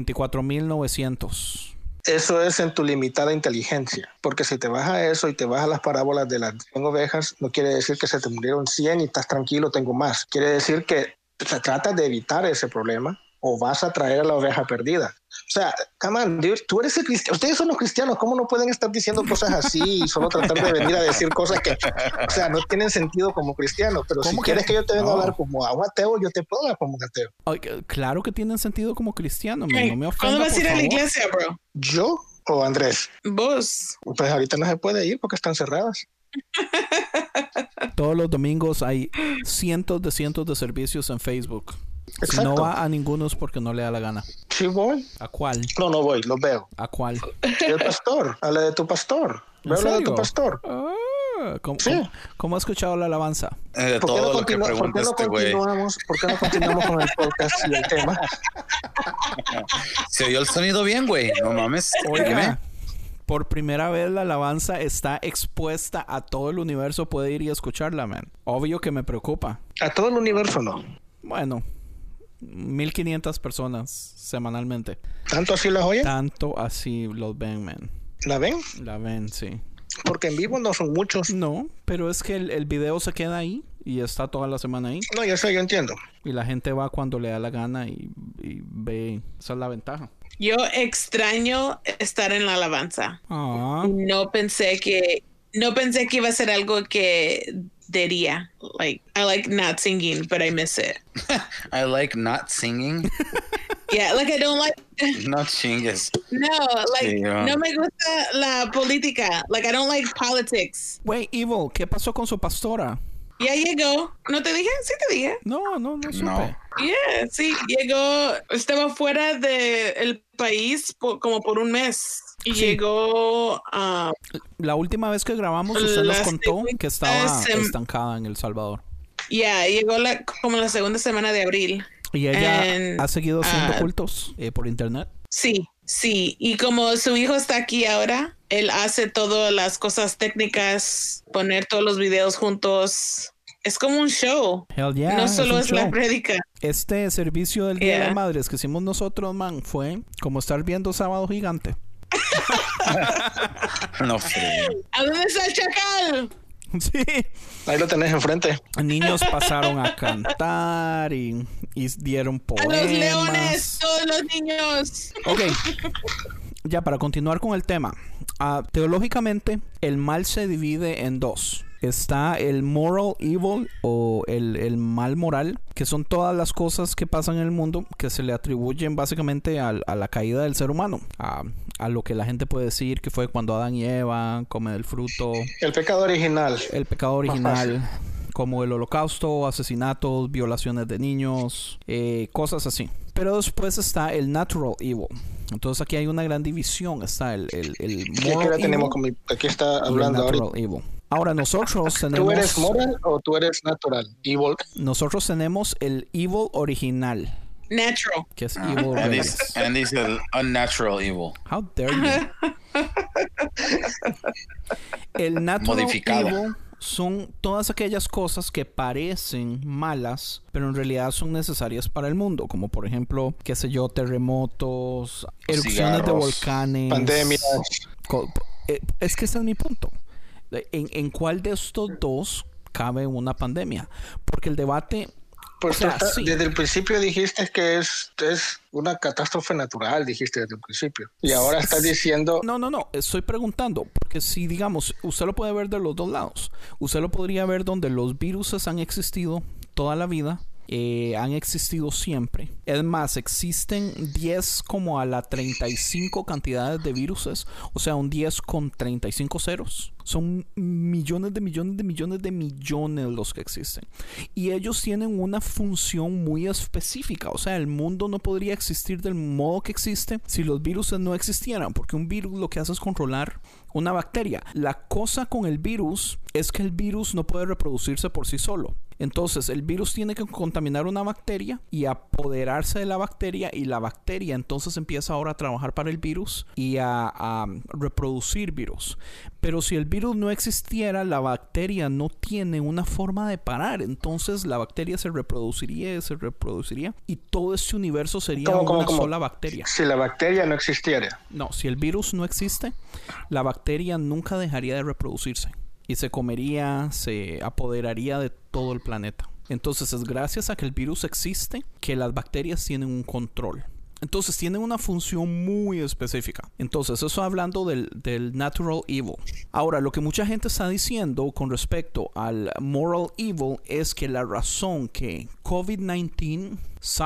24.900. Eso es en tu limitada inteligencia, porque si te vas a eso y te vas a las parábolas de las 100 ovejas, no quiere decir que se te murieron 100 y estás tranquilo, tengo más. Quiere decir que se trata de evitar ese problema o vas a traer a la oveja perdida. O sea, come on, dude, tú eres el cristiano. Ustedes son los cristianos. ¿Cómo no pueden estar diciendo cosas así y solo tratar de venir a decir cosas que, o sea, no tienen sentido como cristiano? Pero si quieres que yo te venga a hablar como ateo, yo te puedo hablar como ateo. Claro que tienen sentido como cristiano. No me ofenda, ¿cuándo vas a ir a la iglesia, bro? ¿Yo o Andrés? Vos. Pues ahorita no se puede ir porque están cerradas. Todos los domingos hay cientos de servicios en Facebook. Exacto. Si no va a ninguno es porque no le da la gana. Sí voy. ¿A cuál? No voy, los veo. ¿A cuál? El pastor, habla de tu pastor. Veo la de tu pastor. ¿Cómo has escuchado la alabanza? Todo lo que pregunta este güey. ¿Por qué no continuamos con el podcast y el tema? Se oyó el sonido bien, güey. No mames. Oiga, por primera vez la alabanza está expuesta a todo el universo. Puede ir y escucharla, man. Obvio que me preocupa. A todo el universo no. Bueno, 1,500 personas semanalmente. ¿Tanto así las oyen? Tanto así los ven, man. ¿La ven? La ven, sí. Porque en vivo no son muchos. No, pero es que el video se queda ahí y está toda la semana ahí. No, yo entiendo. Y la gente va cuando le da la gana y ve. Esa es la ventaja. Yo extraño estar en la alabanza. No pensé que iba a ser algo que diría. Like, I like not singing, but I miss it. I like not singing. Yeah, like I don't like. Not chingues. No, like sí, no me gusta la política. Like I don't like politics. Wait, Evil, ¿qué pasó con su pastora? Ya llegó. ¿No te dije? Sí te dije. No supe. No. Yeah, sí, llegó. Estaba fuera del país como por un mes. Y sí. Llegó... la última vez que grabamos, usted nos contó que estaba estancada en El Salvador. Llegó como la segunda semana de abril. ¿Y ella ha seguido haciendo cultos por internet? Sí. Y como su hijo está aquí ahora, él hace todas las cosas técnicas, poner todos los videos juntos. Es como un show. Hell yeah, no solo es la prédica. Este servicio del Día de Madres que hicimos nosotros, man, fue como estar viendo Sábado Gigante. No sé. ¿A dónde está el chacal? Sí. Ahí lo tenés enfrente. Niños pasaron a cantar y dieron poemas. A los leones, todos los niños. Ok. Ya, para continuar con el tema. Teológicamente, el mal se divide en 2. Está el moral evil o el mal moral, que son todas las cosas que pasan en el mundo que se le atribuyen básicamente a la caída del ser humano, a lo que la gente puede decir que fue cuando Adán y Eva comen el fruto. El pecado original. El pecado original, como el holocausto, asesinatos, violaciones de niños, cosas así. Pero después está el natural evil. Entonces aquí hay una gran división. Está el moral evil. Tenemos como aquí está hablando ahorita. Evil. Ahora nosotros tenemos... ¿Tú eres moral o tú eres natural? Evil. Nosotros tenemos el evil original. Natural. Que es evil. And this is el unnatural evil. How dare you? El natural modificado. Evil son todas aquellas cosas que parecen malas, pero en realidad son necesarias para el mundo, como por ejemplo, qué sé yo, terremotos, erupciones de volcanes, pandemias. Es que ese es mi punto. ¿En cuál de estos 2 cabe una pandemia? Porque el debate... Pues sí. Desde el principio dijiste que es una catástrofe natural, dijiste desde el principio. Y ahora estás diciendo... No. Estoy preguntando, porque si, digamos, usted lo puede ver de los 2 lados. Usted lo podría ver donde los virus han existido toda la vida han existido siempre. Es más, existen 10 como a la 35 cantidades de viruses, o sea, un 10 con 35 ceros. Son millones de millones de millones de millones los que existen. Y ellos tienen una función muy específica. O sea, el mundo no podría existir del modo que existe si los virus no existieran. Porque un virus lo que hace es controlar una bacteria. La cosa con el virus es que el virus no puede reproducirse por sí solo. Entonces el virus tiene que contaminar una bacteria y apoderarse de la bacteria, y la bacteria entonces empieza ahora a trabajar para el virus y a reproducir virus. Pero si el virus no existiera, la bacteria no tiene una forma de parar. Entonces la bacteria se reproduciría y todo este universo sería una sola bacteria. Si la bacteria no existiera. No, si el virus no existe, la bacteria nunca dejaría de reproducirse. Y se comería, se apoderaría de todo el planeta. Entonces es gracias a que el virus existe que las bacterias tienen un control. Entonces tienen una función muy específica. Entonces eso hablando del natural evil. Ahora, lo que mucha gente está diciendo con respecto al moral evil es que la razón que COVID-19,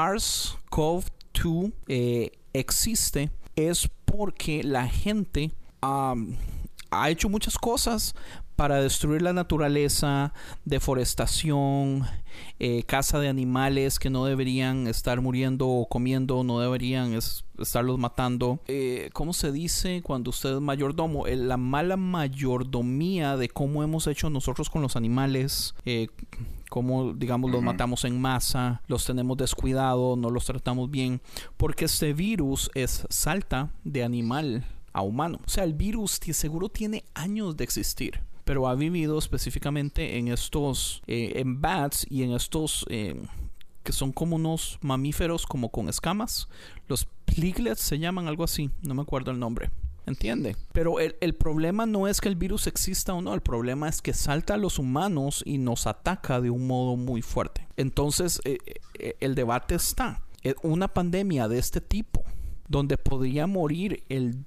SARS-CoV-2 existe es porque la gente ha hecho muchas cosas para destruir la naturaleza, deforestación, caza de animales que no deberían estar muriendo o comiendo, no deberían estarlos matando. ¿Cómo se dice cuando usted es mayordomo? La mala mayordomía de cómo hemos hecho nosotros con los animales, cómo, digamos, los matamos en masa, los tenemos descuidados, no los tratamos bien, porque este virus salta de animal a humano. O sea, el virus seguro tiene años de existir, pero ha vivido específicamente en estos, en bats y en estos que son como unos mamíferos como con escamas. Los piglets se llaman, algo así, no me acuerdo el nombre. ¿Entiende? Pero el problema no es que el virus exista o no, el problema es que salta a los humanos y nos ataca de un modo muy fuerte. Entonces, el debate está. Una pandemia de este tipo, donde podría morir el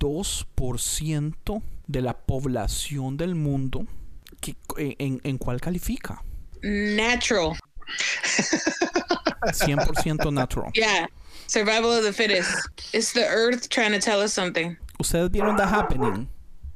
2% de la población del mundo, ¿en cuál califica? Natural. 100% natural. Yeah. Survival of the fittest. It's the earth trying to tell us something. ¿Ustedes vieron The Happening?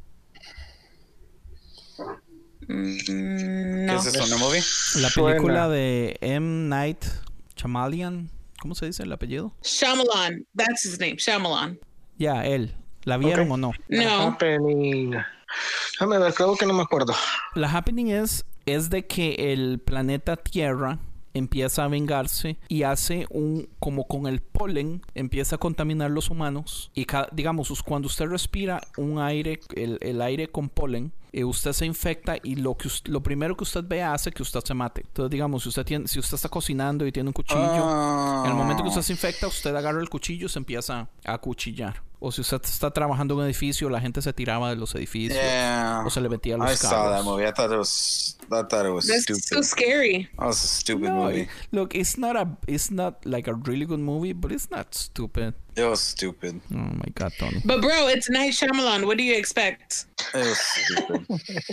No. ¿Qué es eso, una movie? La película de M. Night Shyamalan. ¿Cómo se dice el apellido? Shyamalan. That's his name. Shyamalan. Ya, él. ¿La vieron o no? No. Happening. Déjame ver, creo que no me acuerdo. La Happening es de que el planeta Tierra empieza a vengarse y hace como con el polen, empieza a contaminar los humanos. Y digamos, cuando usted respira un aire, el aire con polen, usted se infecta y lo primero que usted vea hace que usted se mate. Entonces, digamos, si usted está cocinando y tiene un cuchillo, en el momento que usted se infecta, usted agarra el cuchillo y se empieza a acuchillar. O si usted está trabajando en un edificio, la gente se tiraba de los edificios, o se le metía los carros. I saw that movie. I thought it was That's stupid. so scary. That was a stupid movie. Look, it's not like a really good movie, but it's not stupid. It was stupid. Oh my God, Tony. But bro, it's Night Shyamalan. What do you expect? It was stupid.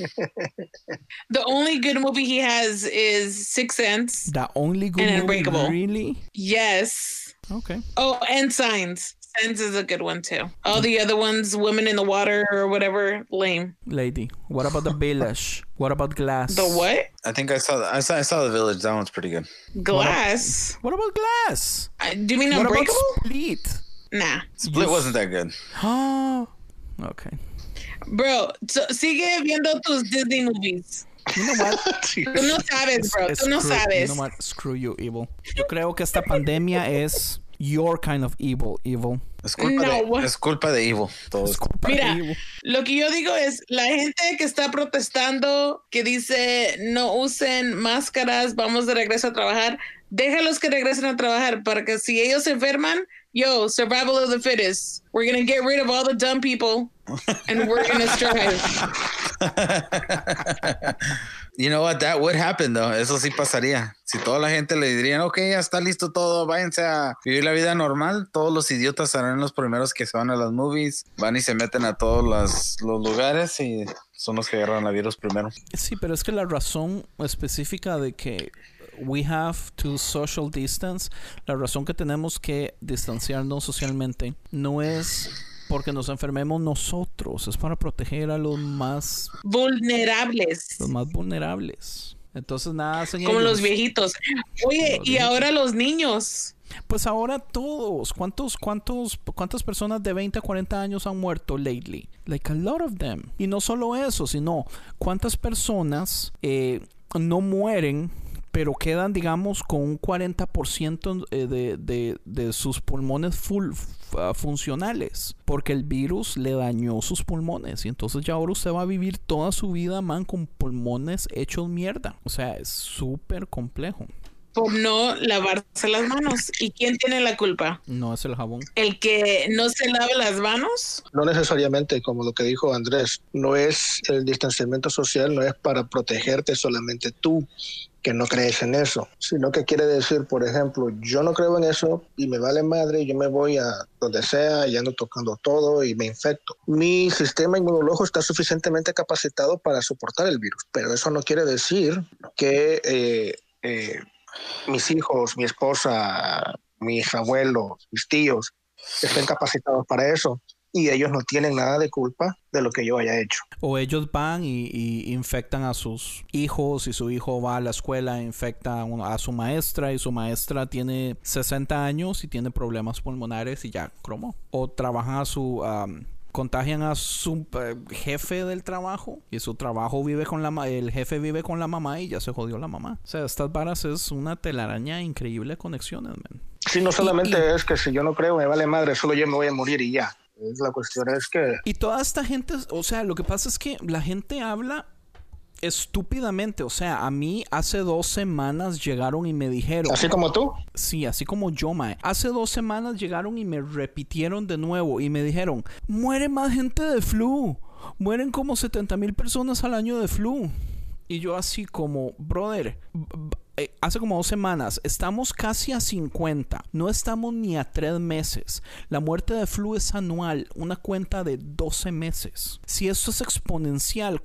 The only good movie he has is Sixth Sense. The only good And movie, Unbreakable. really? Yes. Okay. Oh, and Signs. Signs is a good one too. All the other ones, Women in the Water or whatever, lame. Lady, what about The Village? What about Glass? The what? I think I saw The Village. That one's pretty good. Glass. What about Glass? Do you mean What about Unbreakable? Split? Nah. Split wasn't that good. Oh, okay. Bro, sigue viendo tus Disney movies. You know what? Tú no sabes, bro. Tú no sabes. You know what? Screw you, evil. Yo creo que esta pandemia es your kind of evil. Es culpa de Evil. Todo es culpa. Mira, lo que yo digo es la gente que está protestando, que dice no usen máscaras, vamos de regreso a trabajar, déjalos que regresen a trabajar para que si ellos se enferman, survival of the fittest. We're going to get rid of all the dumb people and we're going to strive. You know what? That would happen, though. Eso sí pasaría. Si toda la gente le dirían, ok, ya está listo todo, váyanse a vivir la vida normal, todos los idiotas serán los primeros que se van a las movies, van y se meten a todos los lugares y son los que agarran la virus primero. Sí, pero es que la razón específica de que we have to social distance. La razón que tenemos que distanciarnos socialmente no es porque nos enfermemos nosotros, es para proteger a los más vulnerables. Los más vulnerables. Entonces nada hacen como ellos. Los viejitos. Oye, y ahora los niños. Pues ahora todos. ¿Cuántas personas de 20 a 40 años han muerto lately? Like a lot of them. Y no solo eso, sino cuántas personas no mueren, pero quedan, digamos, con un 40% de sus pulmones funcionales, porque el virus le dañó sus pulmones. Y entonces ya ahora usted va a vivir toda su vida, man, con pulmones hechos mierda. O sea, es súper complejo. Por no lavarse las manos. ¿Y quién tiene la culpa? No es el jabón. ¿El que no se lave las manos? No necesariamente, como lo que dijo Andrés. No es el distanciamiento social, no es para protegerte solamente tú, que no crees en eso, sino que quiere decir, por ejemplo, yo no creo en eso y me vale madre, yo me voy a donde sea y ando tocando todo y me infecto. Mi sistema inmunológico está suficientemente capacitado para soportar el virus, pero eso no quiere decir que mis hijos, mi esposa, mis abuelos, mis tíos estén capacitados para eso. Y ellos no tienen nada de culpa de lo que yo haya hecho. O ellos van y infectan a sus hijos, y su hijo va a la escuela e infecta a su maestra, y su maestra tiene 60 años y tiene problemas pulmonares y ya cromó. O trabajan contagian a su jefe del trabajo, y su trabajo vive con el jefe vive con la mamá y ya se jodió la mamá. O sea, estas varas es una telaraña increíble de conexiones, man. Sí, no solamente es que si yo no creo me vale madre, solo yo me voy a morir y ya. La cuestión es que... Y toda esta gente, o sea, lo que pasa es que la gente habla estúpidamente. O sea, a mí hace 2 semanas llegaron y me dijeron... ¿Así como tú? Sí, así como yo, mae. Hace 2 semanas llegaron y me repitieron de nuevo y me dijeron, muere más gente de flu. Mueren como 70,000 personas al año de flu. Y yo así como, brother... hace como 2 semanas, estamos casi a 50, no estamos ni a 3 meses. La muerte de flu es anual, una cuenta de 12 meses. Si esto es exponencial,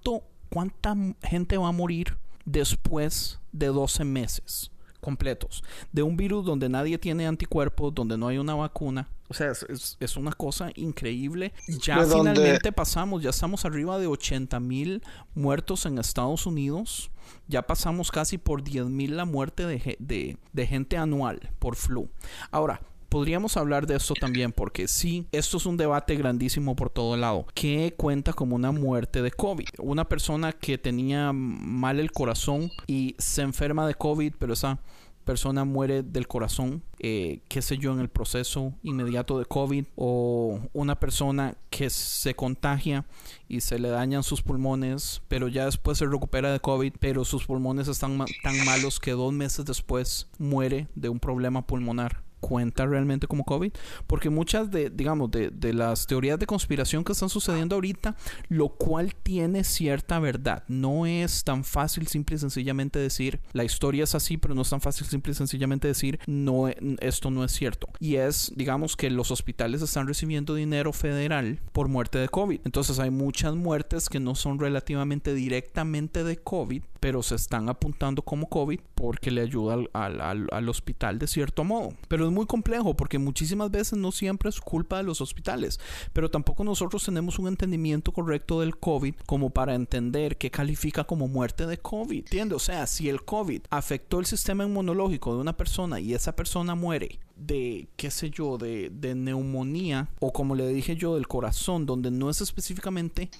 ¿cuánta gente va a morir después de 12 meses completos? De un virus donde nadie tiene anticuerpos, donde no hay una vacuna. O sea, es una cosa increíble. Ya finalmente pasamos, ya estamos arriba de 80,000 muertos en Estados Unidos. Ya pasamos casi por 10,000 la muerte de gente anual por flu. Ahora, podríamos hablar de esto también, porque sí, esto es un debate grandísimo por todo lado. ¿Qué cuenta como una muerte de COVID? Una persona que tenía mal el corazón y se enferma de COVID, pero esa persona muere del corazón, qué sé yo, en el proceso inmediato de COVID. O una persona que se contagia y se le dañan sus pulmones, pero ya después se recupera de COVID, pero sus pulmones están tan malos que 2 meses después muere de un problema pulmonar. ¿Cuenta realmente como COVID? Porque muchas de las teorías de conspiración que están sucediendo ahorita, lo cual tiene cierta verdad. No es tan fácil simple y sencillamente decir la historia es así, pero no es tan fácil simple y sencillamente decir no, esto no es cierto. Y es, digamos, que los hospitales están recibiendo dinero federal por muerte de COVID. Entonces hay muchas muertes que no son relativamente directamente de COVID, pero se están apuntando como COVID porque le ayuda al hospital de cierto modo. Pero es muy complejo porque muchísimas veces no siempre es culpa de los hospitales, pero tampoco nosotros tenemos un entendimiento correcto del COVID como para entender qué califica como muerte de COVID. ¿Entiendes? O sea, si el COVID afectó el sistema inmunológico de una persona y esa persona muere de, qué sé yo, de neumonía, o como le dije yo, del corazón, donde no es específicamente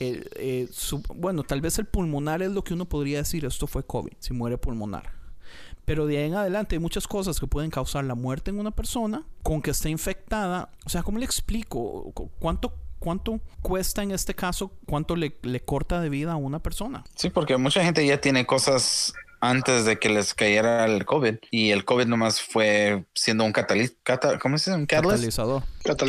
bueno, tal vez el pulmonar es lo que uno podría decir, esto fue COVID, si muere pulmonar. Pero de ahí en adelante hay muchas cosas que pueden causar la muerte en una persona con que esté infectada. O sea, ¿cómo le explico? ¿Cuánto cuesta en este caso? ¿Cuánto le corta de vida a una persona? Sí, porque mucha gente ya tiene cosas antes de que les cayera el COVID, y el COVID nomás fue siendo un ¿cómo se dice? Un catalizador.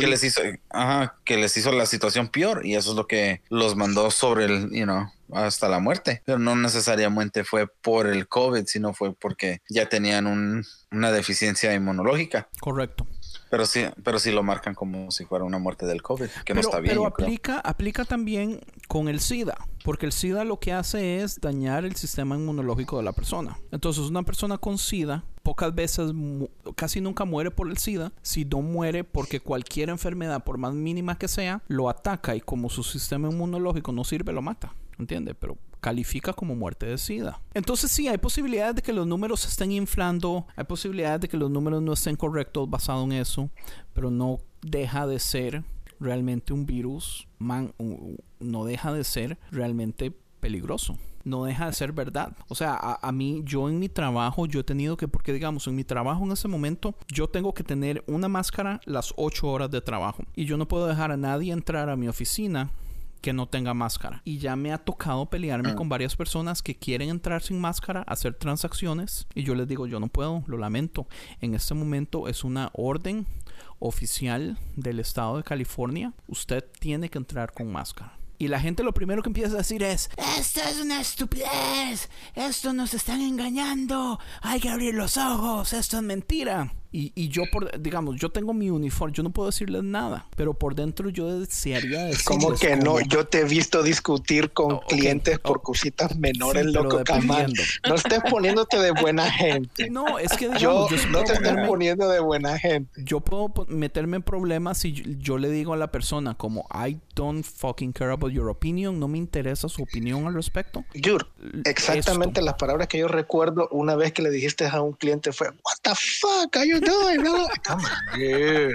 Que les hizo la situación peor, y eso es lo que los mandó sobre hasta la muerte. Pero no necesariamente fue por el COVID, sino fue porque ya tenían una deficiencia inmunológica. Correcto. Pero sí lo marcan como si fuera una muerte del COVID, que no está bien. Pero aplica también con el SIDA, porque el SIDA lo que hace es dañar el sistema inmunológico de la persona. Entonces, una persona con SIDA pocas veces, casi nunca muere por el SIDA, si no muere porque cualquier enfermedad, por más mínima que sea, lo ataca y como su sistema inmunológico no sirve, lo mata. ¿Entiendes? Pero califica como muerte de SIDA. Entonces sí, hay posibilidades de que los números se estén inflando, hay posibilidades de que los números no estén correctos basado en eso, pero no deja de ser realmente un virus, no deja de ser realmente peligroso. No deja de ser verdad. O sea, a mí, yo en mi trabajo, yo he tenido que, porque digamos, en mi trabajo en ese momento, yo tengo que tener una máscara las 8 horas de trabajo. Y yo no puedo dejar a nadie entrar a mi oficina que no tenga máscara. Y ya me ha tocado pelearme con varias personas que quieren entrar sin máscara, hacer transacciones. Y yo les digo, yo no puedo, lo lamento. En este momento es una orden oficial del estado de California. Usted tiene que entrar con máscara. Y la gente lo primero que empieza a decir es: esto es una estupidez, esto nos están engañando, hay que abrir los ojos, esto es mentira. Y yo, digamos, yo tengo mi uniforme, yo no puedo decirles nada, pero por dentro yo desearía decirles... ¿Cómo que no? Yo te he visto discutir con clientes por cositas menores, sí, loco, Camán. No estés poniéndote de buena gente. No, es que digamos, yo no te estés poniendo de buena gente. Yo puedo meterme en problemas si yo le digo a la persona como I don't fucking care about your opinion, no me interesa su opinión al respecto. Dude, exactamente las palabras que yo recuerdo una vez que le dijiste a un cliente fue: what the fuck are you doing? No, come on, dude.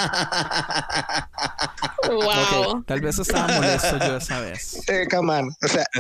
Wow. Okay, tal vez estaba molesto yo esa vez. Come on. O sea,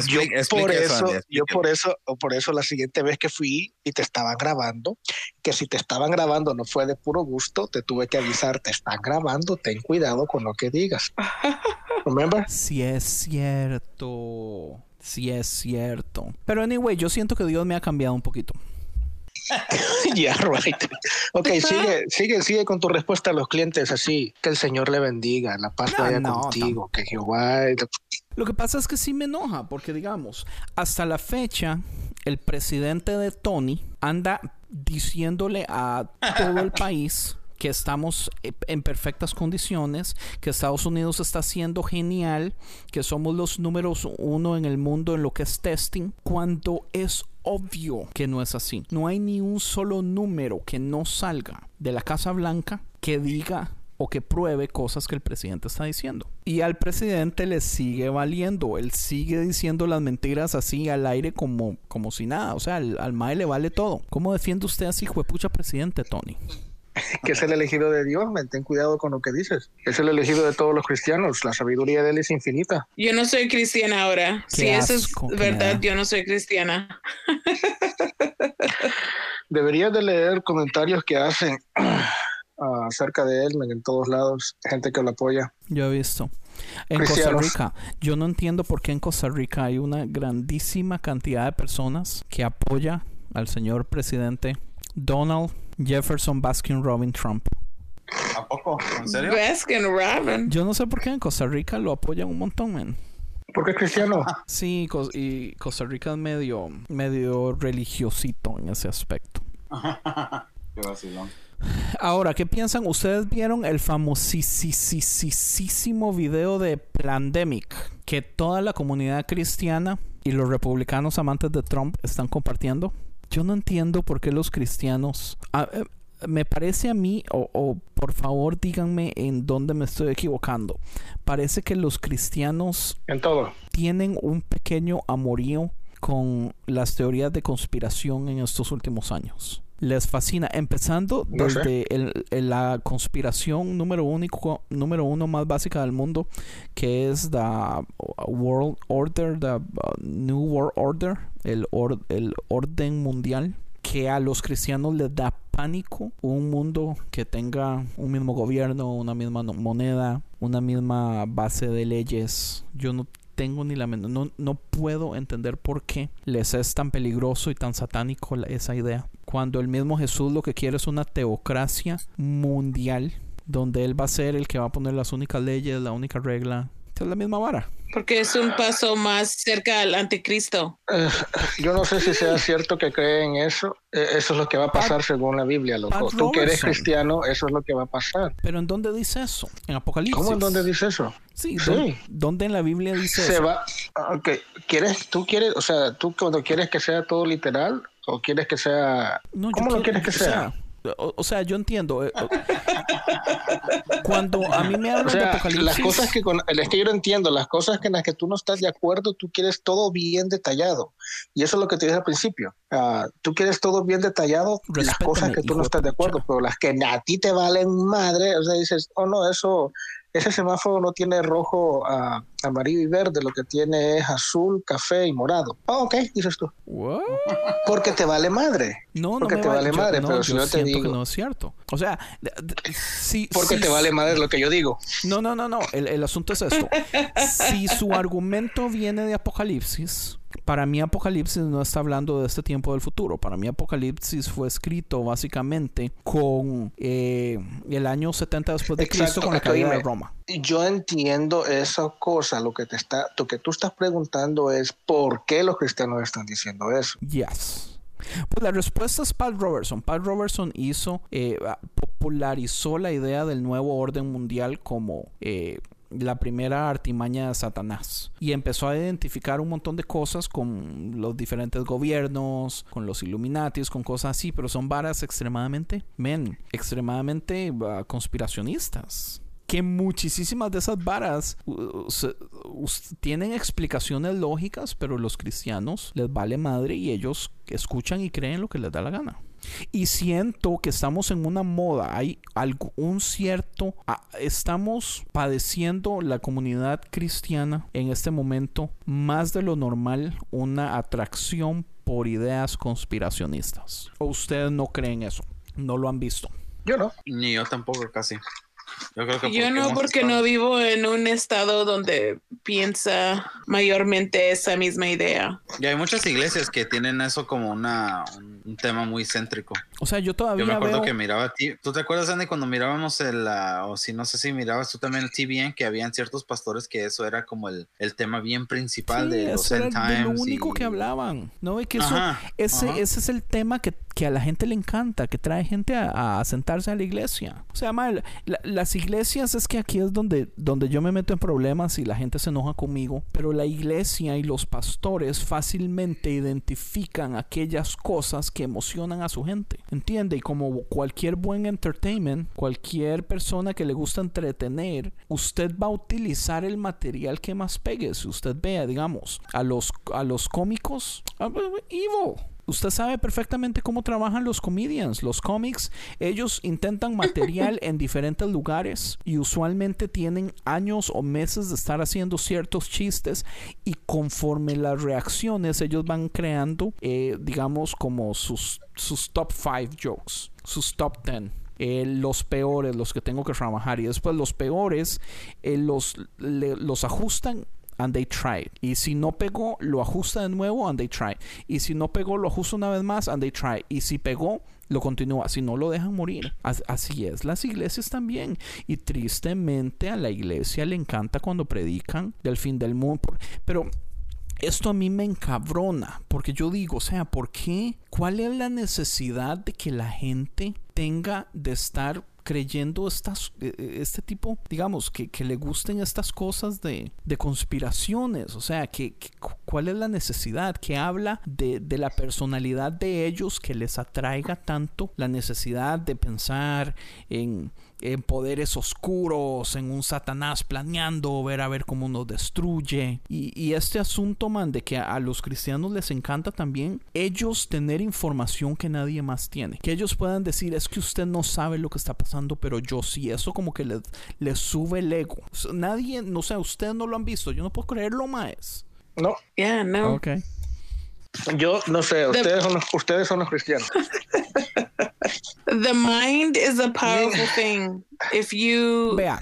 por eso la siguiente vez que fui y te estaban grabando, que si te estaban grabando no fue de puro gusto, te tuve que avisar, te están grabando, ten cuidado con lo que digas. Remember? Sí es cierto. Sí es cierto. Pero anyway, yo siento que Dios me ha cambiado un poquito. Yeah, right. Ok, sigue con tu respuesta a los clientes así. Que el Señor le bendiga, la paz vaya contigo, que Jehová... Lo que pasa es que sí me enoja, porque digamos, hasta la fecha, el presidente de Tony anda diciéndole a todo el país que estamos en perfectas condiciones, que Estados Unidos está siendo genial, que somos los números 1 en el mundo en lo que es testing, cuando es obvio que no es así. No hay ni un solo número que no salga de la Casa Blanca que diga o que pruebe cosas que el presidente está diciendo. Y al presidente le sigue valiendo. Él sigue diciendo las mentiras así al aire como si nada. O sea, al mae le vale todo. ¿Cómo defiende usted así, juepucha presidente, Tony? Que es el elegido de Dios, ten cuidado con lo que dices. Es el elegido de todos los cristianos. La sabiduría de él es infinita. Yo no soy cristiana ahora. Si eso es verdad, yo no soy cristiana. Deberías de leer comentarios que hacen acerca de él en todos lados. Gente que lo apoya. Yo he visto. En Costa Rica, yo no entiendo por qué en Costa Rica hay una grandísima cantidad de personas que apoya al señor presidente Donald Jefferson Baskin Robin Trump. ¿A poco? ¿En serio? Baskin Robin. Yo no sé por qué en Costa Rica lo apoyan un montón, man. ¿Por qué cristiano? Sí, y Costa Rica es medio religiosito en ese aspecto. Qué vacilón. Ahora, ¿qué piensan? ¿Ustedes vieron el famosísimo video de Plandemic que toda la comunidad cristiana y los republicanos amantes de Trump están compartiendo? Yo no entiendo por qué los cristianos... me parece a mí, o por favor díganme en dónde me estoy equivocando. Parece que los cristianos... En todo. Tienen un pequeño amorío con las teorías de conspiración en estos últimos años. Les fascina, empezando desde la conspiración número uno más básica del mundo, que es the World Order, the New World Order, el orden mundial, que a los cristianos les da pánico un mundo que tenga un mismo gobierno, una misma moneda, una misma base de leyes. Yo no tengo ni la menor, no puedo entender por qué les es tan peligroso y tan satánico esa idea, cuando el mismo Jesús lo que quiere es una teocracia mundial donde él va a ser el que va a poner las únicas leyes, la única regla. Es la misma vara. Porque es un paso más cerca al anticristo. Yo no sé si sea cierto que creen eso. Eso es lo que va a pasar según la Biblia, loco. Tú que eres cristiano, eso es lo que va a pasar. ¿Pero en dónde dice eso? En Apocalipsis. ¿Cómo en dónde dice eso? Sí. ¿Dónde en la Biblia dice eso? Okay. O sea, tú cuando quieres que sea todo literal o quieres que sea... No, ¿Cómo lo quieres que sea? O sea, yo entiendo. Cuando a mí me hablan de Apocalipsis... Las cosas es que yo no entiendo. Las cosas en las que tú no estás de acuerdo, tú quieres todo bien detallado. Y eso es lo que te dije al principio. Tú quieres todo bien detallado, las cosas que tú no estás de acuerdo, pero las que a ti te valen madre, o sea, dices, oh no, ese semáforo no tiene rojo, amarillo y verde, lo que tiene es azul, café y morado. Ok, dices tú. ¿What? Porque te vale madre. Porque te vale madre, pero si yo te digo que no es cierto. O sea, porque te vale madre lo que yo digo. No. El asunto es esto. Si su argumento viene de Apocalipsis, para mí Apocalipsis no está hablando de este tiempo del futuro. Para mí Apocalipsis fue escrito básicamente con el año 70 después de Cristo, con la caída de Roma. Yo entiendo esa cosa. Lo que tú estás preguntando es ¿por qué los cristianos están diciendo eso? Yes. Pues la respuesta es Pat Robertson. Pat Robertson popularizó la idea del nuevo orden mundial como la primera artimaña de Satanás, y empezó a identificar un montón de cosas con los diferentes gobiernos, con los Illuminatis, con cosas así, pero son varas extremadamente conspiracionistas, que muchísimas de esas varas tienen explicaciones lógicas, pero los cristianos les vale madre y ellos escuchan y creen lo que les da la gana. Y siento que estamos en una moda, estamos padeciendo la comunidad cristiana en este momento más de lo normal una atracción por ideas conspiracionistas. ¿O ustedes no creen eso? ¿No lo han visto? Yo no. Ni yo tampoco, casi. Yo no, porque no vivo en un estado donde piensa mayormente esa misma idea. Y hay muchas iglesias que tienen eso como un tema muy céntrico. O sea, yo me acuerdo que miraba ¿tú te acuerdas, Andy, cuando mirábamos no sé si mirabas tú también el TVN, que habían ciertos pastores que eso era como el tema bien principal de los end times? De lo único que hablaban, ¿no? Y que ese es el tema que a la gente le encanta, que trae gente a sentarse a la iglesia. O sea, las iglesias, es que aquí es donde yo me meto en problemas y la gente se enoja conmigo, pero la iglesia y los pastores fácilmente identifican aquellas cosas que emocionan a su gente, ¿entiende? Y como cualquier buen entertainment, cualquier persona que le gusta entretener, usted va a utilizar el material que más pegue. Si usted vea, digamos, a los cómicos, evil. Usted sabe perfectamente cómo trabajan los comedians, los cómics. Ellos intentan material en diferentes lugares y usualmente tienen años o meses de estar haciendo ciertos chistes, y conforme las reacciones ellos van creando, digamos, como sus top 5 jokes, sus top 10. Los peores, los que tengo que trabajar, y después los peores los ajustan and they try. Y si no pegó, lo ajusta de nuevo and they try. Y si no pegó, lo ajusta una vez más and they try. Y si pegó, lo continúa. Si no, lo dejan morir. Así es las iglesias también. Y tristemente a la iglesia le encanta cuando predican del fin del mundo. Pero esto a mí me encabrona, porque yo digo, o sea, ¿por qué? ¿Cuál es la necesidad de que la gente tenga de estar creyendo este tipo, digamos, que le gusten estas cosas de conspiraciones? O sea, ¿cuál es la necesidad? Que habla de la personalidad de ellos, que les atraiga tanto la necesidad de pensar en poderes oscuros, en un Satanás planeando, a ver cómo nos destruye. Y este asunto, man, de que a los cristianos les encanta también ellos tener información que nadie más tiene. Que ellos puedan decir, es que usted no sabe lo que está pasando, pero yo sí. Eso como que les sube el ego. Nadie, no sé, ustedes no lo han visto. Yo no puedo creerlo más. No. Yeah, no. Okay. Yo no sé, ustedes son los cristianos. The mind is a powerful thing. If you... Vean,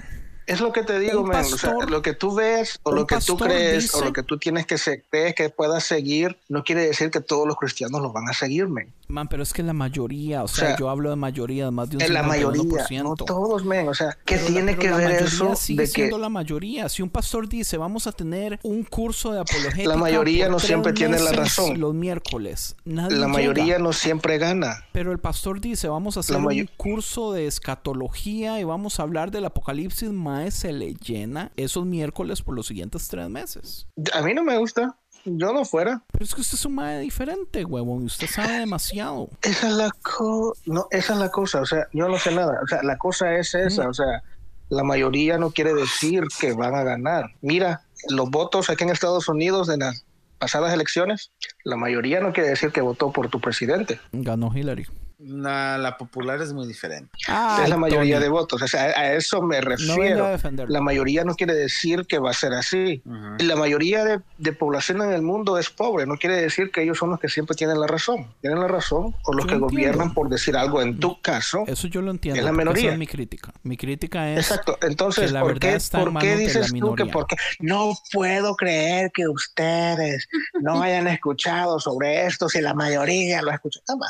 Es lo que te digo, man. O sea, lo que tú ves o lo que tú crees o lo que tú tienes que crees que puedas seguir no quiere decir que todos los cristianos lo van a seguir, man. Man, pero es que la mayoría, o sea, yo hablo de mayoría, más de un 51%. La mayoría, no todos, man. O sea, ¿qué tiene que ver eso sigue de siendo que la mayoría? Si un pastor dice, vamos a tener un curso de apologética, la mayoría no siempre tiene la razón. Los miércoles, nadie la mayoría llega. No siempre gana. Pero el pastor dice, vamos a hacer un curso de escatología y vamos a hablar del apocalipsis, mae, se le llena esos miércoles por los siguientes 3 meses. A mí no me gusta. Yo no fuera. Pero es que usted es un mae diferente, huevón. Y usted sabe demasiado. Esa es la cosa. O sea, yo no sé nada. O sea, la cosa es esa. O sea, la mayoría no quiere decir que van a ganar. Mira, los votos aquí en Estados Unidos en las pasadas elecciones, la mayoría no quiere decir que votó por tu presidente. Ganó Hillary. La popular es muy diferente. Es la mayoría de votos. O sea, a eso me refiero. No, la mayoría no quiere decir que va a ser así. La mayoría de población en el mundo es pobre. No quiere decir que ellos son los que siempre tienen la razón. Tienen la razón o los que gobiernan, por decir algo. En tu caso, eso yo lo entiendo. Es la minoría. Esa es mi crítica. Mi crítica es. Exacto. Entonces, ¿por qué dices tú que no puedo creer que ustedes no hayan escuchado sobre esto si la mayoría lo ha escuchado?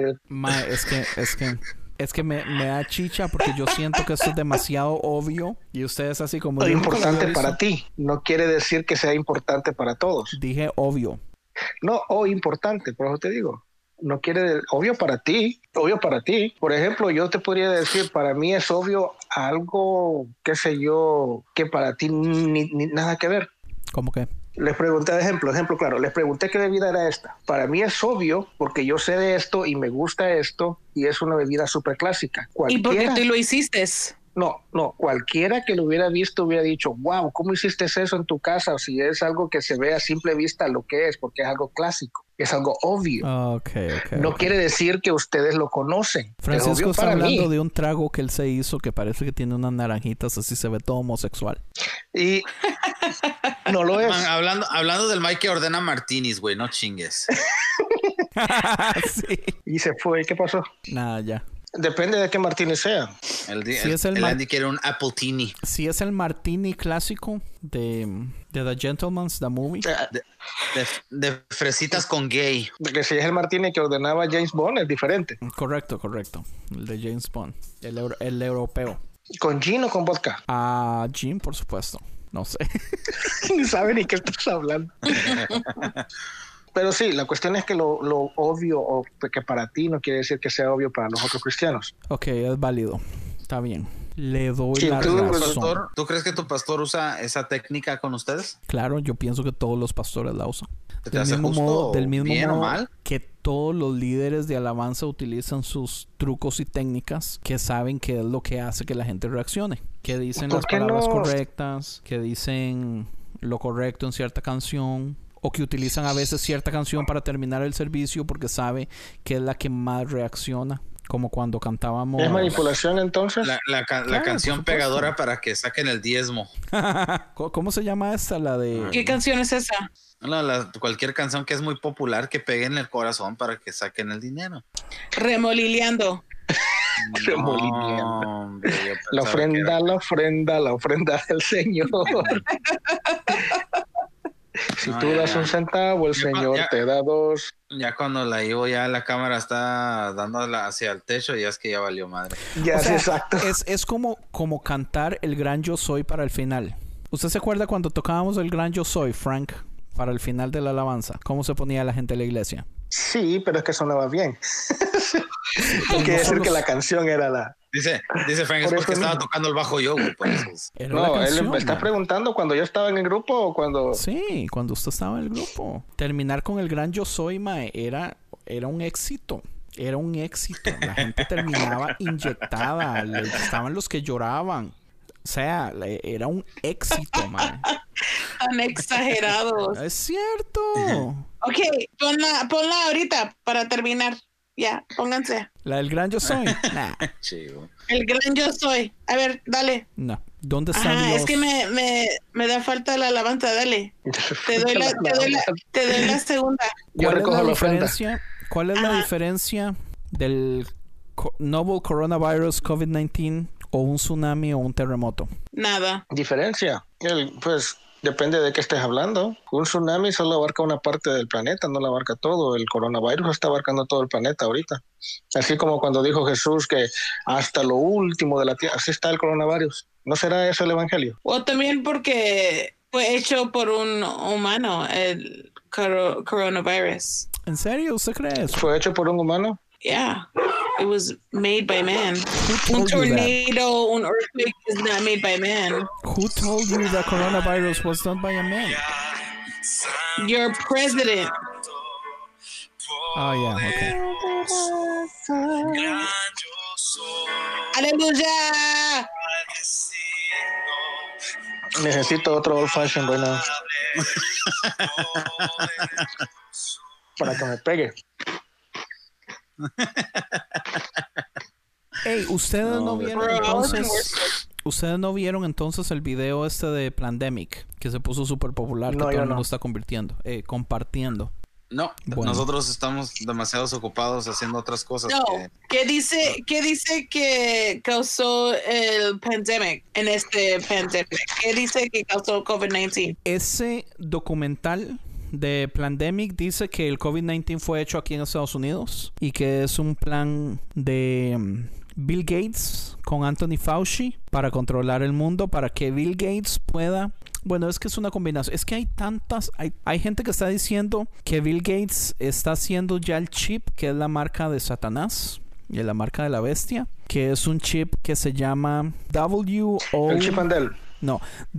Es que me da chicha porque yo siento que esto es demasiado obvio y ustedes así como... Lo importante para ti no quiere decir que sea importante para todos. Dije obvio. No, importante, por eso te digo. No quiere obvio para ti. Por ejemplo, yo te podría decir, para mí es obvio algo, qué sé yo, que para ti ni nada que ver. ¿Cómo qué? Les pregunté, ejemplo claro, les pregunté qué bebida era esta. Para mí es obvio porque yo sé de esto y me gusta esto y es una bebida súper clásica. ¿Y por qué tú lo hiciste? No, cualquiera que lo hubiera visto hubiera dicho, wow, ¿cómo hiciste eso en tu casa? O si es algo que se ve a simple vista lo que es, porque es algo clásico, es algo obvio. No quiere decir que ustedes lo conocen. Francisco está hablando de un trago que él se hizo que parece que tiene unas naranjitas, así se ve todo homosexual. Y no lo es. Man, hablando del Mike que ordena martinis, güey, no chingues. Sí. Y se fue, ¿qué pasó? Nada, ya. Depende de qué martini sea. El Andy quiere un Apple Tini. Si es el martini clásico de The Gentleman's, the movie. De fresitas con gay. Porque si es el martini que ordenaba James Bond, es diferente. Correcto. El de James Bond. El europeo. ¿Con gin o con vodka? Gin, por supuesto. No sé. No sabe ni qué estás hablando. Pero sí, la cuestión es que lo obvio o que para ti no quiere decir que sea obvio para los otros cristianos. Ok, es válido. Está bien. Le doy la razón. ¿Tú crees que tu pastor usa esa técnica con ustedes? Claro, yo pienso que todos los pastores la usan. Del mismo modo que todos los líderes de alabanza utilizan sus trucos y técnicas que saben qué es lo que hace que la gente reaccione. Que dicen las palabras correctas, que dicen lo correcto en cierta canción, o que utilizan a veces cierta canción para terminar el servicio porque sabe que es la que más reacciona. Como cuando cantábamos... ¿Es manipulación entonces? La canción pegadora para que saquen el diezmo. ¿Cómo se llama esta? La de... ¿Qué canción es esa? Cualquier canción que es muy popular que pegue en el corazón para que saquen el dinero. Remolineando. No, la ofrenda del Señor. Si tú das un centavo, el Señor te da 2. Ya cuando la llevo, ya la cámara está dándola hacia el techo, ya es que ya valió madre. Ya, sí, exacto. Es como cantar el gran yo soy para el final. ¿Usted se acuerda cuando tocábamos el gran yo soy, Frank, para el final de la alabanza? ¿Cómo se ponía la gente en la iglesia? Sí, pero es que sonaba bien. Quiere decir que la canción era la... Dice Frank, es porque estaba tocando el bajo yo, güey. Él me está preguntando cuando yo estaba en el grupo o cuando... Sí, cuando usted estaba en el grupo. Terminar con el gran yo soy, mae, era un éxito. Era un éxito. La gente terminaba inyectada. Estaban los que lloraban. O sea, era un éxito, mae. Tan exagerados. Es cierto. Ok, ponla ahorita para terminar. Ya, pónganse. ¿La del gran yo soy? Nah. Chivo. El gran yo soy. A ver, dale. No. ¿Dónde están los...? Es que me da falta la alabanza, dale. Te doy la segunda. Yo recojo la diferencia? ¿Cuál es la diferencia del novel coronavirus COVID-19 o un tsunami o un terremoto? Nada. Diferencia. Pues depende de qué estés hablando. Un tsunami solo abarca una parte del planeta, no lo abarca todo. El coronavirus está abarcando todo el planeta ahorita. Así como cuando dijo Jesús que hasta lo último de la tierra, así está el coronavirus. ¿No será eso el evangelio? O también porque fue hecho por un humano, el coronavirus. ¿En serio? ¿Usted cree eso? ¿Fue hecho por un humano? Yeah, it was made by man. Un told you tornado, un earthquake is not made by man. Who told you that coronavirus was done by a man? Your president. Oh, yeah, okay. ¡Aleluya! Necesito otro old fashion right now. Para que me pegue. Hey, ¿ustedes no vieron entonces? ¿Ustedes no vieron entonces el video este de Plandemic que se puso súper popular, que todo el mundo está compartiendo? No, nosotros estamos demasiado ocupados haciendo otras cosas. No, ¿qué dice que causó el pandemic en este pandemic? ¿Qué dice que causó COVID-19? Ese documental de Plandemic dice que el COVID-19 fue hecho aquí en Estados Unidos y que es un plan de Bill Gates con Anthony Fauci para controlar el mundo, para que Bill Gates pueda... Bueno, es que es una combinación. Es que hay gente que está diciendo que Bill Gates está haciendo ya el chip, que es la marca de Satanás, y la marca de la bestia, que es un chip que se llama WO... El chip Andel. No,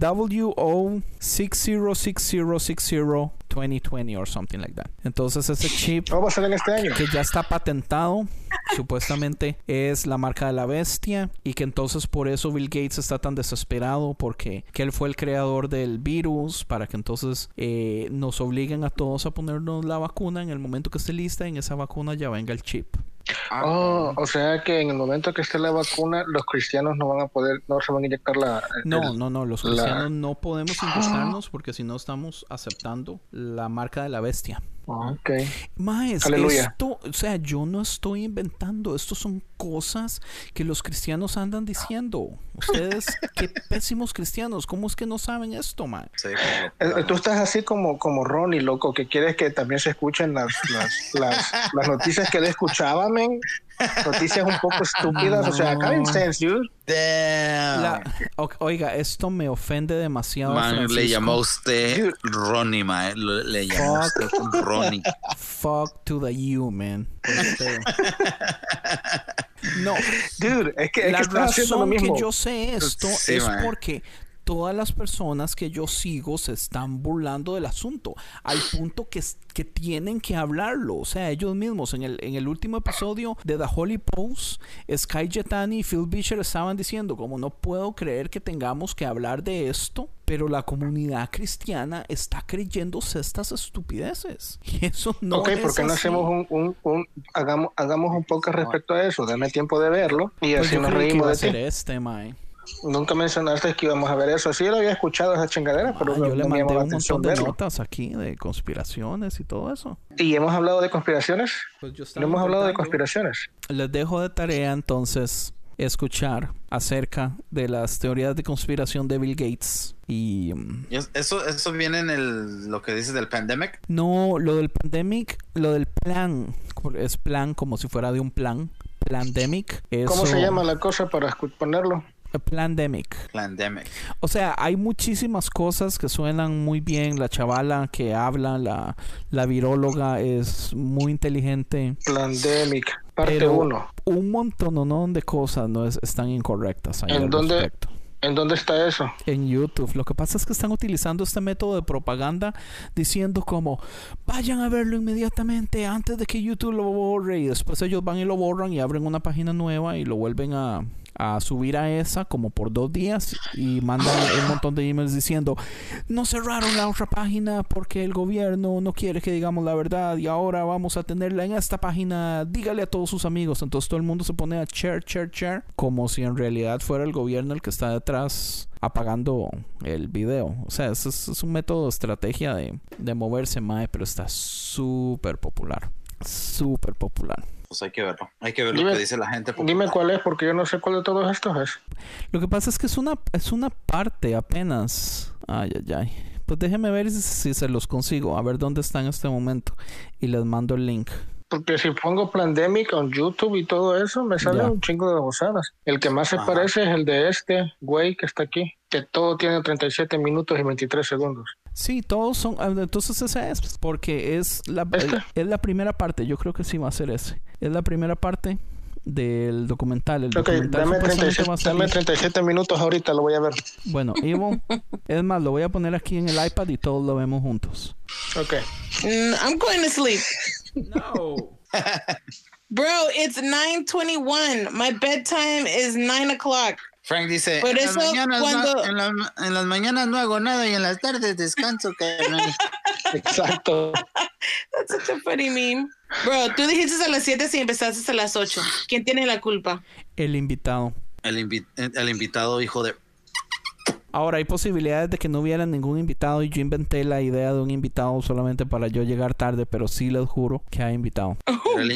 WO6060602020 or something like that. Entonces ese chip va a salir este año, que ya está patentado, supuestamente es la marca de la bestia, y que entonces por eso Bill Gates está tan desesperado, porque que él fue el creador del virus, para que entonces nos obliguen a todos a ponernos la vacuna en el momento que esté lista, y en esa vacuna ya venga el chip. O sea que en el momento que esté la vacuna, los cristianos no van a poder, no se van a inyectar No, los cristianos no podemos inyectarnos, porque si no estamos aceptando la marca de la bestia. Okay. Maes, Aleluya. Esto, o sea, yo no estoy inventando. Esto son cosas que los cristianos andan diciendo. Ustedes, qué pésimos cristianos. ¿Cómo es que no saben esto, man? Sí, tú estás así como Ronnie, loco, que quieres que también se escuchen las noticias que él escuchaba, men. Noticias un poco estúpidas. O sea, common sense, dude. Damn. Oiga, esto me ofende demasiado. Man, Francisco. le llamó a usted Ronnie, man. Le llamó a usted Ronnie. Fuck to the you, man. No, dude, es que la razón que yo sé esto es porque todas las personas que yo sigo se están burlando del asunto, al punto que tienen que hablarlo. O sea, ellos mismos en el último episodio de The Holy Post, Sky Jetani y Phil Beecher estaban diciendo como no puedo creer que tengamos que hablar de esto, pero la comunidad cristiana está creyéndose estas estupideces. Y eso no es ¿por qué no hacemos hagamos un poco respecto a eso? Dame tiempo de verlo y pues así nos reímos de ti. Nunca mencionaste que íbamos a ver eso. Sí, lo había escuchado esa chingadera, pero yo le mandé un montón de notas aquí de conspiraciones y todo eso. ¿Y hemos hablado de conspiraciones? Pues no hemos hablado de conspiraciones. Les dejo de tarea entonces escuchar acerca de las teorías de conspiración de Bill Gates. Y eso viene en lo que dices del pandemic. No, lo del pandemic, lo del plan, es plan como si fuera de un plan. Plandemic. ¿Cómo se llama la cosa para ponerlo? Plandemic. O sea, hay muchísimas cosas que suenan muy bien. La chavala que habla, la viróloga, es muy inteligente. Plandemic, parte 1. Un montón de cosas no están incorrectas. ¿En dónde está eso? En YouTube. Lo que pasa es que están utilizando este método de propaganda diciendo como vayan a verlo inmediatamente antes de que YouTube lo borre, y después ellos van y lo borran y abren una página nueva y lo vuelven a subir a esa como por 2 días y mandan un montón de emails diciendo no cerraron la otra página porque el gobierno no quiere que digamos la verdad y ahora vamos a tenerla en esta página, dígale a todos sus amigos. Entonces todo el mundo se pone a share como si en realidad fuera el gobierno el que está detrás apagando el video. O sea, es un método de estrategia de moverse, mae, pero está súper popular. pues hay que verlo. Hay que ver lo que dice la gente. Dime cuál es, porque yo no sé cuál de todos estos es. Lo que pasa es que es una parte apenas. Ay. Pues déjeme ver si se los consigo. A ver dónde está en este momento. Y les mando el link. Porque si pongo Plandemic en YouTube y todo eso, me sale un chingo de babosadas. El que más se parece es el de este güey que está aquí, que todo tiene 37 minutos y 23 segundos. Sí, todos son. Entonces ese es, porque es la primera parte. Yo creo que sí va a ser ese. Es la primera parte del documental. Dame 37 minutos ahorita, lo voy a ver. Bueno, Ivo, es más, lo voy a poner aquí en el iPad y todos lo vemos juntos. Ok. I'm going to sleep. No. Bro, it's 9:21. My bedtime is 9 o'clock. Frank dice, Por eso, en las mañanas no hago nada y en las tardes descanso, carnal. Exacto. That's such a funny meme. Bro, tú dijiste a las 7 y empezaste a las 8. ¿Quién tiene la culpa? El invitado. El invitado, hijo de... Ahora, hay posibilidades de que no hubiera ningún invitado y yo inventé la idea de un invitado solamente para yo llegar tarde, pero sí les juro que hay invitado. El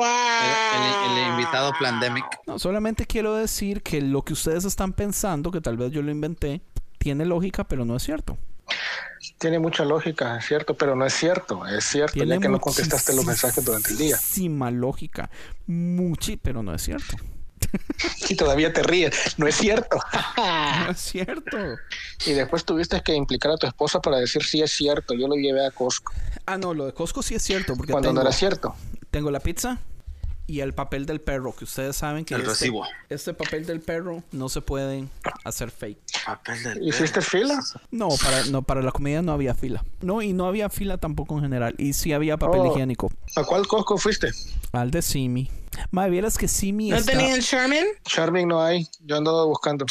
invitado Plandemic. No, solamente quiero decir que lo que ustedes están pensando, que tal vez yo lo inventé, tiene lógica, pero no es cierto. Tiene mucha lógica, es cierto, pero no es cierto. Es cierto, ya que no contestaste los mensajes durante el día. Muchísima lógica. Pero no es cierto. Y todavía te ríes. No es cierto. No es cierto. Y después tuviste que implicar a tu esposa para decir sí es cierto. Yo lo llevé a Costco. Ah, no, lo de Costco sí es cierto. Porque cuando no era cierto. Tengo la pizza y el papel del perro, que ustedes saben que recibo. Este papel del perro no se puede hacer fake. ¿Hiciste fila? No, para la comida no había fila. No, y no había fila tampoco en general. Y sí había papel higiénico. ¿A cuál Costco fuiste? Al de Simi. Madre, vieras que Simi ¿No tenían Sherman? Sherman no hay. Yo ando buscando.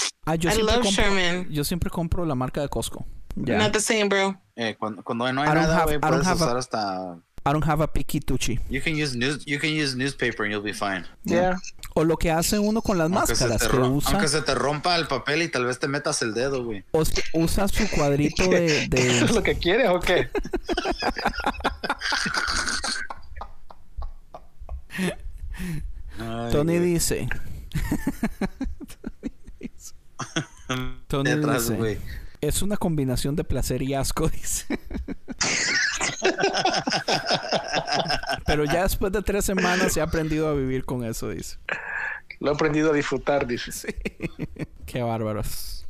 Yo siempre compro la marca de Costco. Yeah. Not the same, bro. Cuando no hay nada, puedes usar hasta... I don't have a picky tuchy. You can use newspaper and you'll be fine. Yeah. O lo que hace uno con las máscaras que usa. Aunque se te rompa el papel y tal vez te metas el dedo, güey. O usa su cuadrito de... ¿Eso es lo que quieres o qué? Tony dice... Tony dice... Wey. Es una combinación de placer y asco, dice. Pero ya después de 3 semanas he aprendido a vivir con eso, dice. Lo he aprendido a disfrutar, dice. Sí. Qué bárbaros.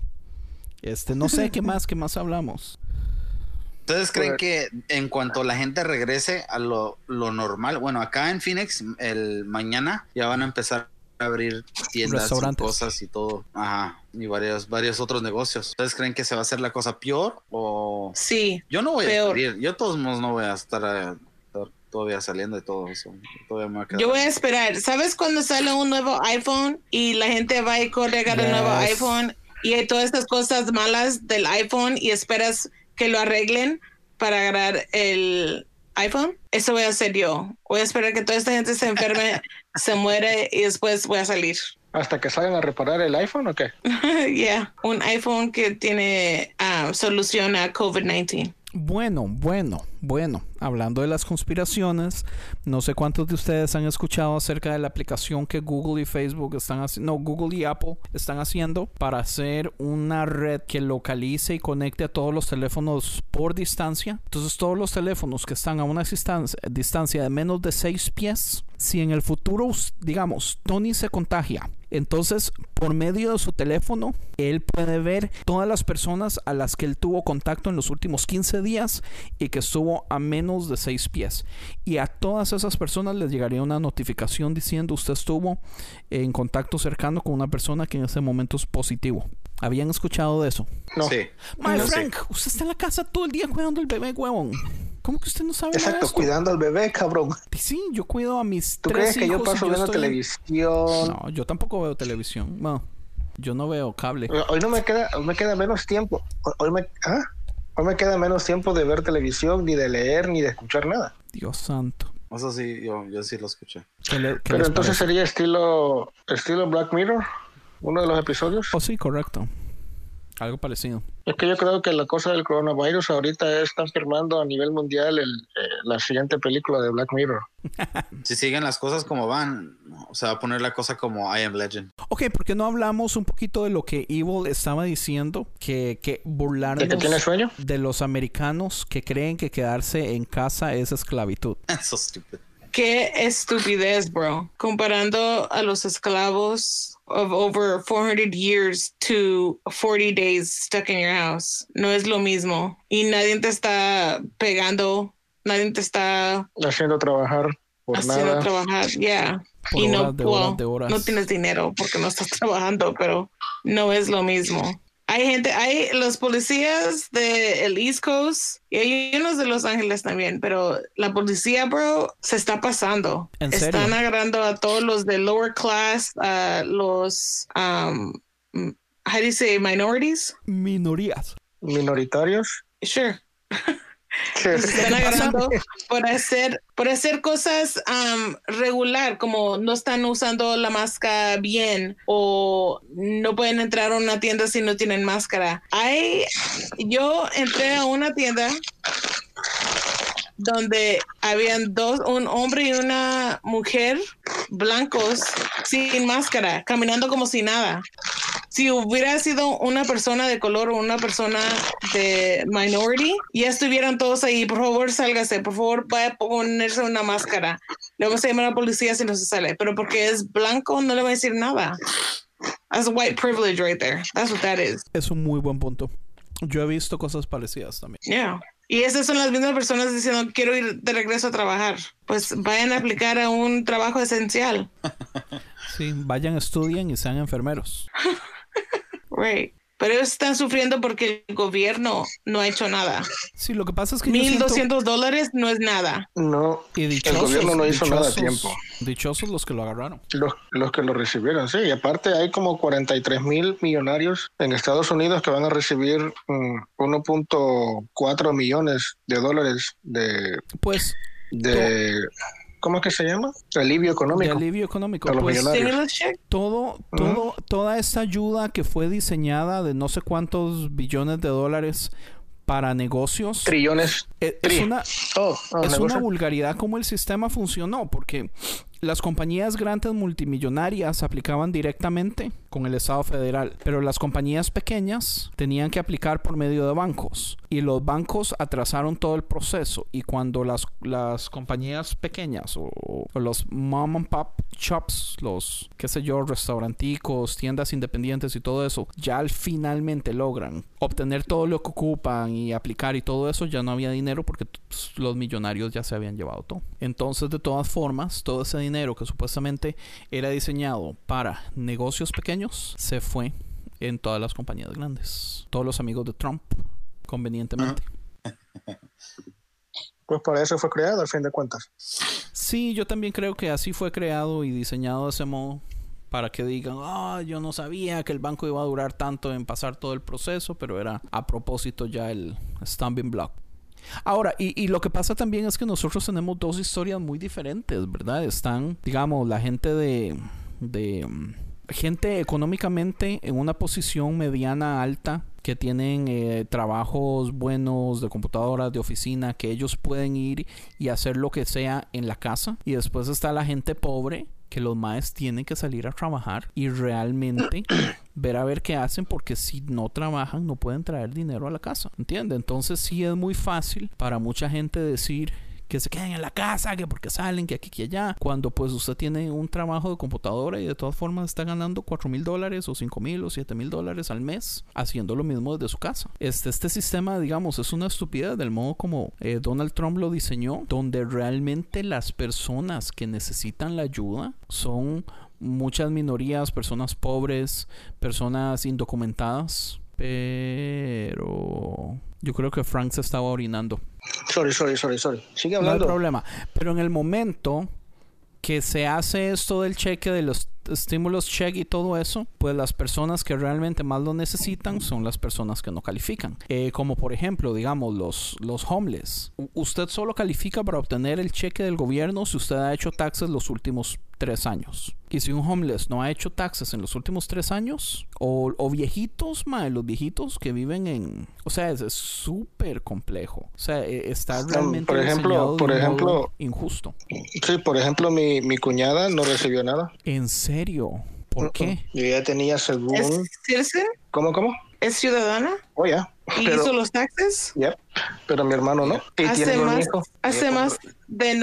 No sé qué más hablamos. ¿Ustedes creen que en cuanto la gente regrese a lo normal? Bueno, acá en Phoenix, el mañana ya van a empezar a abrir tiendas y cosas y todo. Ajá. Y varios otros negocios. ¿Ustedes creen que se va a hacer la cosa peor o...? Sí. Yo no voy a salir. Yo de todos modos no voy a estar todavía saliendo de todo eso. Yo voy a esperar. ¿Sabes cuando sale un nuevo iPhone y la gente va y corre a agarrar el nuevo iPhone y hay todas estas cosas malas del iPhone y esperas que lo arreglen para agarrar el iPhone? Eso voy a hacer yo. Voy a esperar que toda esta gente se enferme, se muere y después voy a salir. ¿Hasta que salgan a reparar el iPhone o qué? Yeah, un iPhone que tiene solución a COVID-19. Bueno, hablando de las conspiraciones, no sé cuántos de ustedes han escuchado acerca de la aplicación que Google y Facebook Google y Apple están haciendo para hacer una red que localice y conecte a todos los teléfonos por distancia. Entonces todos los teléfonos que están a una distancia de menos de 6 pies, si en el futuro, digamos, Tony se contagia, entonces por medio de su teléfono él puede ver todas las personas a las que él tuvo contacto en los últimos 15 días y que estuvo a menos de 6 pies, y a todas esas personas les llegaría una notificación diciendo usted estuvo en contacto cercano con una persona que en ese momento es positivo. ¿Habían escuchado de eso? No. Sí. Frank, usted está en la casa todo el día cuidando al bebé, huevón. ¿Cómo que usted no sabe? Exacto, cuidando al bebé, cabrón. Sí, yo cuido a mis 3 hijos. ¿Tú crees que yo paso viendo televisión? No, yo tampoco veo televisión. No, yo no veo cable. Hoy me queda menos tiempo. Hoy me queda menos tiempo de ver televisión, ni de leer, ni de escuchar nada. Dios santo. Eso sí, yo sí lo escuché. Pero entonces sería estilo Black Mirror, uno de los episodios. Oh, sí, correcto. Algo parecido. Es que yo creo que la cosa del coronavirus ahorita está firmando a nivel mundial la siguiente película de Black Mirror. Si siguen las cosas como van, se va a poner la cosa como I Am Legend. Ok, ¿por qué no hablamos un poquito de lo que Evil estaba diciendo? Que burlarnos ¿De que tiene sueño? de los americanos que creen que quedarse en casa es esclavitud. So stupid. Qué estupidez, bro. Comparando a los esclavos of over 400 years to 40 days stuck in your house. No es lo mismo. Y nadie te está pegando, nadie te está haciendo trabajar por haciendo nada. trabajar, yeah. Por Y horas de horas de horas. no tienes dinero porque no estás trabajando, pero no es lo mismo. Hay los policías del East Coast y hay unos de Los Ángeles también, pero la policía, bro, se está pasando. ¿En serio? Están agarrando a todos los de lower class, a los, how do you say, minorities? Minorías. Minoritarios. Sure. Están agarrando por hacer cosas regular, como no están usando la máscara bien o no pueden entrar a una tienda si no tienen máscara. Yo entré a una tienda donde habían un hombre y una mujer blancos sin máscara, caminando como si nada. Si hubiera sido una persona de color o una persona de minority, ya estuvieran todos ahí. Por favor, sálgase. Por favor, vaya a ponerse una máscara. Le vamos a llamar a la policía si no se sale. Pero porque es blanco, no le va a decir nada. That's white privilege right there. That's what that is. Es un muy buen punto. Yo he visto cosas parecidas también. Yeah. Y esas son las mismas personas diciendo, quiero ir de regreso a trabajar. Pues vayan a aplicar a un trabajo esencial. Sí, vayan, estudien y sean enfermeros. Right. Pero ellos están sufriendo porque el gobierno no ha hecho nada. Sí, lo que pasa es que $1,200 no es nada. No, y dichosos, el gobierno no hizo nada a tiempo. Dichosos los que lo agarraron. Los que lo recibieron, sí. Y aparte hay como 43,000 millonarios en Estados Unidos que van a recibir 1.4 millones de dólares pues ¿cómo es que se llama? Alivio económico. De alivio económico. A los millonarios. Toda esta ayuda que fue diseñada de no sé cuántos billones de dólares para negocios. Trillones. Es una vulgaridad cómo el sistema funcionó, porque las compañías grandes multimillonarias aplicaban directamente con el Estado federal, pero las compañías pequeñas tenían que aplicar por medio de bancos y los bancos atrasaron todo el proceso, y cuando las compañías pequeñas o los mom and pop shops, los qué sé yo, restauranticos, tiendas independientes y todo eso, ya finalmente logran obtener todo lo que ocupan y aplicar y todo eso, ya no había dinero porque los millonarios ya se habían llevado todo. Entonces, de todas formas, todo ese dinero que supuestamente era diseñado para negocios pequeños se fue en todas las compañías grandes. Todos los amigos de Trump, convenientemente. Pues para eso fue creado, al fin de cuentas. Sí, yo también creo que así fue creado y diseñado de ese modo, para que digan, yo no sabía que el banco iba a durar tanto en pasar todo el proceso, pero era a propósito ya el stumbling block. Ahora, y lo que pasa también es que nosotros tenemos dos historias muy diferentes, ¿verdad? Están, digamos, la gente de gente económicamente en una posición mediana alta, que tienen trabajos buenos de computadoras, de oficina, que ellos pueden ir y hacer lo que sea en la casa. Y después está la gente pobre, que los maes tienen que salir a trabajar y realmente ver a ver qué hacen, porque si no trabajan no pueden traer dinero a la casa, ¿entiendes? Entonces sí es muy fácil para mucha gente decir que se queden en la casa, que porque salen, que aquí, que allá, cuando pues usted tiene un trabajo de computadora y de todas formas está ganando $4,000 o $5,000 o $7,000 al mes haciendo lo mismo desde su casa. Este sistema, digamos, es una estupidez del modo como Donald Trump lo diseñó, donde realmente las personas que necesitan la ayuda son muchas minorías, personas pobres, personas indocumentadas. Pero yo creo que Frank se estaba orinando. Sorry. Sigue hablando. No hay problema. Pero en el momento que se hace esto del cheque, de los estímulos check y todo eso, pues las personas que realmente más lo necesitan son las personas que no califican. Como por ejemplo, digamos, los homeless. Usted solo califica para obtener el cheque del gobierno si usted ha hecho taxes los últimos 3 años. Y si un homeless no ha hecho taxes en los últimos 3 años, o viejitos, mae, los viejitos que viven en... O sea, es súper complejo. O sea, está realmente por ejemplo, injusto. Sí, por ejemplo, mi cuñada no recibió nada. ¿En serio? ¿Por qué? Yo ya tenía según... ¿Es citizen? ¿Cómo? ¿Es ciudadana? Oh, ya. ¿Y hizo los taxes? Yep. Pero mi hermano no. Y tiene un hijo. ¿Hace más de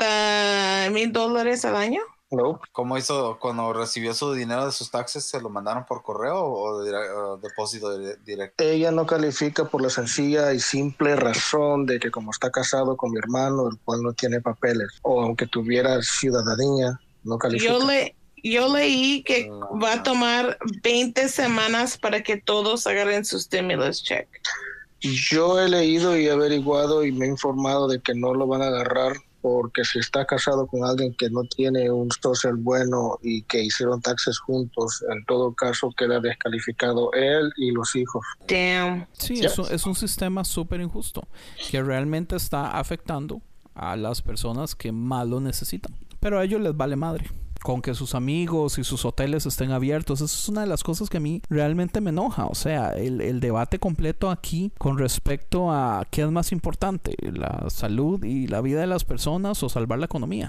$90,000 al año? No. ¿Cómo hizo cuando recibió su dinero de sus taxes? ¿Se lo mandaron por correo o depósito directo? Ella no califica por la sencilla y simple razón de que como está casado con mi hermano, el cual no tiene papeles, o aunque tuviera ciudadanía, no califica. Yo leí que va a tomar 20 semanas para que todos agarren su stimulus check. Yo he leído y averiguado y me he informado de que no lo van a agarrar porque si está casado con alguien que no tiene un social bueno y que hicieron taxes juntos, en todo caso queda descalificado él y los hijos. Damn. Sí, es un sistema súper injusto que realmente está afectando a las personas que más lo necesitan. Pero a ellos les vale madre. Con que sus amigos y sus hoteles estén abiertos. Eso es una de las cosas que a mí realmente me enoja. O sea, el debate completo aquí con respecto a qué es más importante, la salud y la vida de las personas o salvar la economía.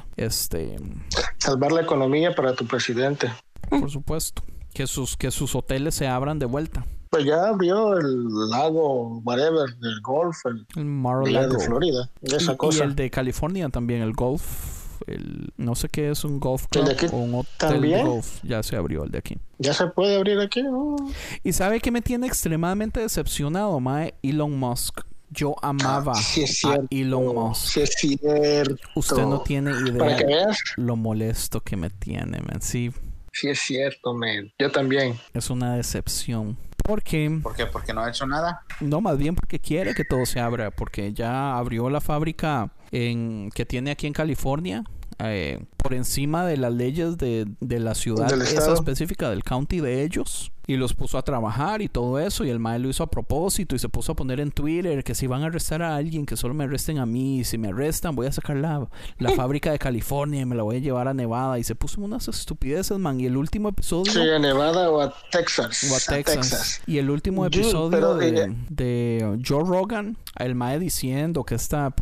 Salvar la economía para tu presidente. Por supuesto. Que sus hoteles se abran de vuelta. Pues ya abrió el lago, whatever, el golf, el Mar-a-Lago de Florida. Esa cosa. Y el de California también, el golf. No sé qué es un golf club o un hotel ¿también? De golf. Ya se abrió el de aquí. ¿Ya se puede abrir aquí? Oh. Y ¿sabe qué me tiene extremadamente decepcionado, mae? Elon Musk. Yo amaba sí es cierto, a Elon Musk. Sí es cierto. Usted no tiene idea ¿Para que veas? Lo molesto que me tiene, man. Sí. Sí es cierto, man. Yo también. Es una decepción. ¿Por qué? ¿Por qué? ¿Porque no ha hecho nada? No, más bien porque quiere que todo se abra. Porque ya abrió la fábrica que tiene aquí en California. Por encima de las leyes de la ciudad esa específica del county de ellos, y los puso a trabajar y todo eso, y el mae lo hizo a propósito y se puso a poner en Twitter que si van a arrestar a alguien, que solo me arresten a mí, y si me arrestan voy a sacar la fábrica de California y me la voy a llevar a Nevada, y se puso unas estupideces, man. Y el último episodio, sí, a Nevada o a Texas. Y el último episodio de Joe Rogan, el mae diciendo que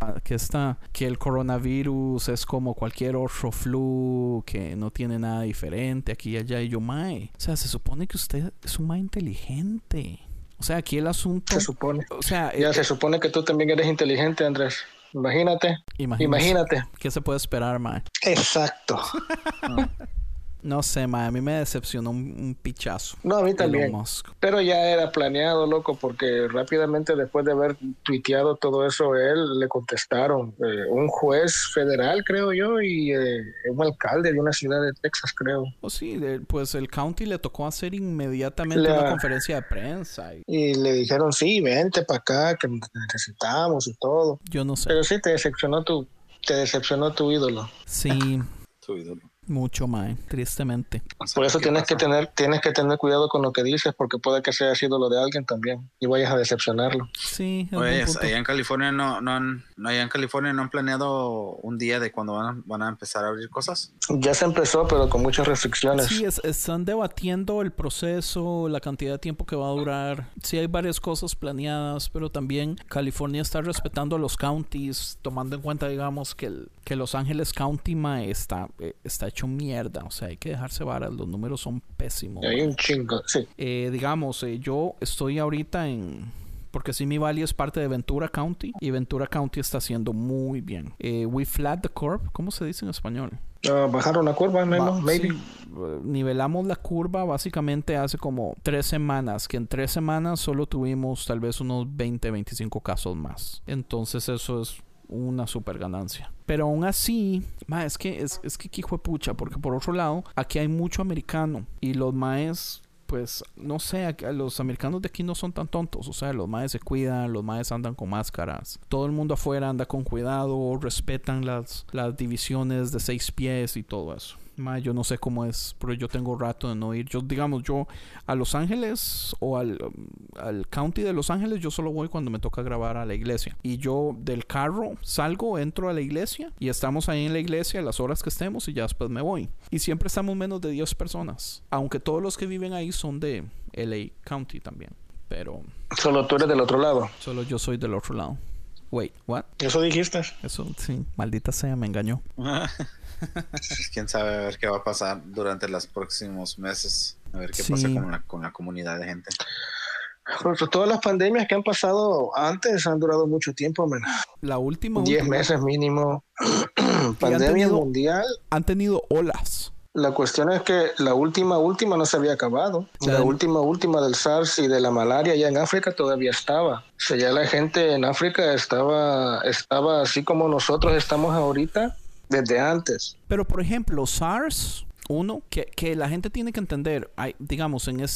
el coronavirus es como cualquier otro flu, que no tiene nada diferente aquí y allá. Y yo, mae, o sea, se supone que usted es un mae inteligente. O sea, aquí el asunto... Se supone. O sea, se supone que tú también eres inteligente, Andrés. Imagínate. ¿Qué se puede esperar, mae? Exacto. No sé, mae, a mí me decepcionó un pichazo. No, a mí también. Pero ya era planeado, loco, porque rápidamente después de haber tuiteado todo eso, él le contestaron un juez federal, creo yo, y un alcalde de una ciudad de Texas, creo. Oh, sí, pues el county le tocó hacer inmediatamente una conferencia de prensa. Y le dijeron, sí, vente para acá, que necesitamos y todo. Yo no sé. Pero sí, te decepcionó tu ídolo. Sí. Tu ídolo. Mucho, mae, tristemente. Por eso tienes que tener cuidado con lo que dices, porque puede que sea sido lo de alguien también y vayas a decepcionarlo. Sí. Oye, allá en California no han planeado un día de cuando van a empezar a abrir cosas. Ya se empezó, pero con muchas restricciones. Sí, están debatiendo el proceso, la cantidad de tiempo que va a durar. Sí, hay varias cosas planeadas, pero también California está respetando a los counties, tomando en cuenta, digamos, que Los Ángeles County, mae, está hecho mierda. O sea, hay que dejarse varas. Los números son pésimos. Hay un chingo, sí. Digamos, yo estoy ahorita porque Simi Valley es parte de Ventura County y Ventura County está haciendo muy bien. We flat the curve. ¿Cómo se dice en español? Bajaron la curva, maybe. Sí, nivelamos la curva básicamente hace como 3 semanas, que en 3 semanas solo tuvimos tal vez unos 20-25 casos más. Entonces eso es una super ganancia. Pero aún así, es que aquí fue pucha, porque por otro lado, aquí hay mucho americano y los maes, pues, no sé, los americanos de aquí no son tan tontos. O sea, los maes se cuidan, los maes andan con máscaras. Todo el mundo afuera anda con cuidado, respetan las divisiones de 6 pies y todo eso. Yo no sé cómo es, pero yo tengo rato de no ir. Yo a Los Ángeles o al county de Los Ángeles, yo solo voy cuando me toca grabar a la iglesia. Y yo del carro salgo, entro a la iglesia y estamos ahí en la iglesia las horas que estemos y ya después me voy. Y siempre estamos menos de 10 personas. Aunque todos los que viven ahí son de LA County también. Pero... Solo tú eres del otro lado. Solo yo soy del otro lado. Wait, what? Eso dijiste. Eso, sí. Maldita sea, me engañó. Quién sabe a ver qué va a pasar durante los próximos meses. A ver qué pasa con la comunidad de gente. Pues todas las pandemias que han pasado antes han durado mucho tiempo, man. La última 10 meses mínimo. Pandemia mundial. Han tenido olas. La cuestión es que la última no se había acabado. La última del SARS y de la malaria ya en África todavía estaba. O sea, ya la gente en África estaba así como nosotros estamos ahorita desde antes. Pero, por ejemplo, SARS... que la gente tiene que entender, digamos, en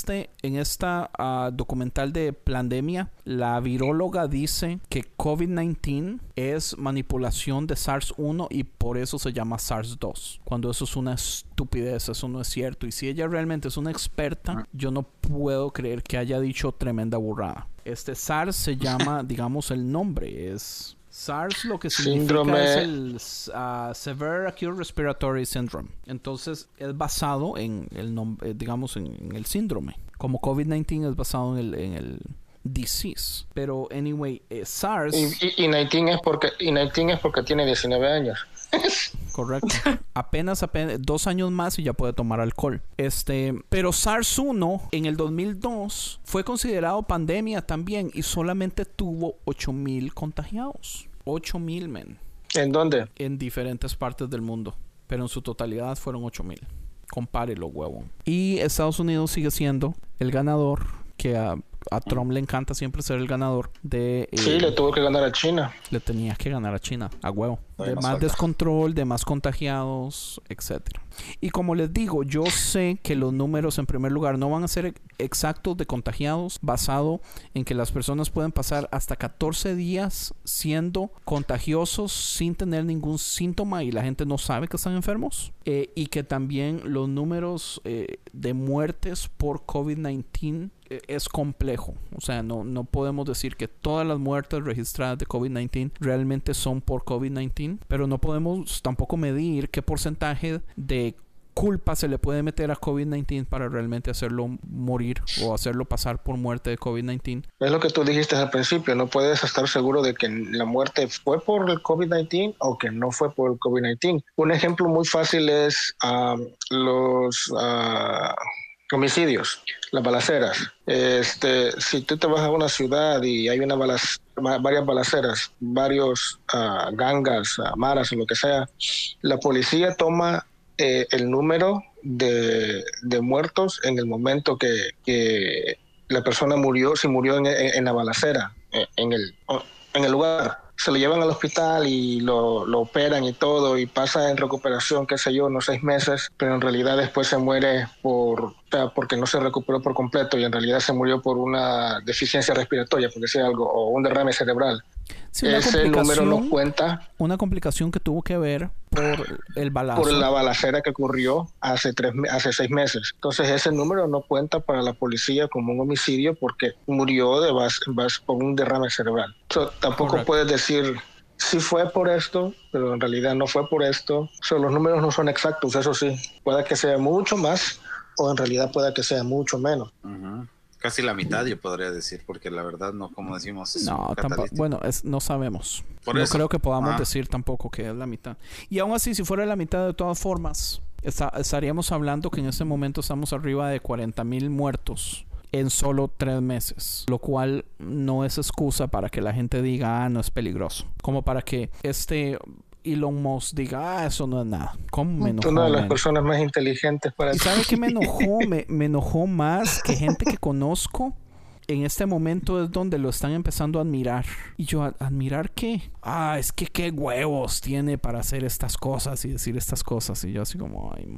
esta documental de Plandemia, la viróloga dice que COVID-19 es manipulación de SARS-1 y por eso se llama SARS-2. Cuando eso es una estupidez, eso no es cierto. Y si ella realmente es una experta, yo no puedo creer que haya dicho tremenda burrada. SARS se llama, digamos, el nombre es... SARS lo que significa es el Severe Acute Respiratory Syndrome. Entonces es basado en el nombre, digamos, en el síndrome. Como COVID-19 es basado en el disease. Pero anyway, SARS... Y 19 es porque tiene 19 años. Correcto. apenas 2 años más y ya puede tomar alcohol. Pero SARS-1 en el 2002 fue considerado pandemia también y solamente tuvo 8,000 contagiados. 8,000, men. ¿En dónde? En diferentes partes del mundo. Pero en su totalidad fueron 8,000. Compárelo, huevón. Y Estados Unidos sigue siendo el ganador, que a Trump le encanta siempre ser el ganador de... sí, le tuvo que ganar a China. Le tenías que ganar a China, a huevo. De más descontrol, de más contagiados, etcétera. Y como les digo, yo sé que los números en primer lugar no van a ser exactos de contagiados, basado en que las personas pueden pasar hasta 14 días siendo contagiosos sin tener ningún síntoma y la gente no sabe que están enfermos. Y que también los números de muertes por COVID-19 es complejo. O sea, no podemos decir que todas las muertes registradas de COVID-19 realmente son por COVID-19, pero no podemos tampoco medir qué porcentaje de culpa se le puede meter a COVID-19 para realmente hacerlo morir o hacerlo pasar por muerte de COVID-19. Es lo que tú dijiste al principio, no puedes estar seguro de que la muerte fue por el COVID-19 o que no fue por el COVID-19. Un ejemplo muy fácil es los homicidios, las balaceras. Si tú te vas a una ciudad y hay varias balaceras, varios gangas, maras o lo que sea, la policía toma el número de muertos en el momento que la persona murió, si murió en la balacera, en el lugar. Se lo llevan al hospital y lo operan y todo, y pasa en recuperación, qué sé yo, unos 6 meses, pero en realidad después se muere porque no se recuperó por completo y en realidad se murió por una deficiencia respiratoria, por decir algo, o un derrame cerebral. Sí, ese número no cuenta. Una complicación que tuvo que ver por el balazo. Por la balacera que ocurrió hace 6 meses. Entonces ese número no cuenta para la policía como un homicidio porque murió por un derrame cerebral. Tampoco Correcto. Puedes decir sí fue por esto, pero en realidad no fue por esto. Los números no son exactos, eso sí. Puede que sea mucho más o en realidad puede que sea mucho menos. Uh-huh. Casi la mitad, yo podría decir, porque la verdad no, como decimos, es no, tampoco, bueno, no sabemos. No creo que podamos decir tampoco que es la mitad. Y aún así, si fuera la mitad, de todas formas, estaríamos hablando que en este momento estamos arriba de 40,000 muertos en solo 3 meses, lo cual no es excusa para que la gente diga, no es peligroso. Como para que Elon Musk diga, eso no es nada. ¿Cómo me enojó? Una de las personas más inteligentes para... ¿Y sabe qué me enojó? me enojó más que gente que conozco en este momento es donde lo están empezando a admirar. Y yo, ¿admirar qué? Es que qué huevos tiene para hacer estas cosas y decir estas cosas. Y yo así como, ay, mae.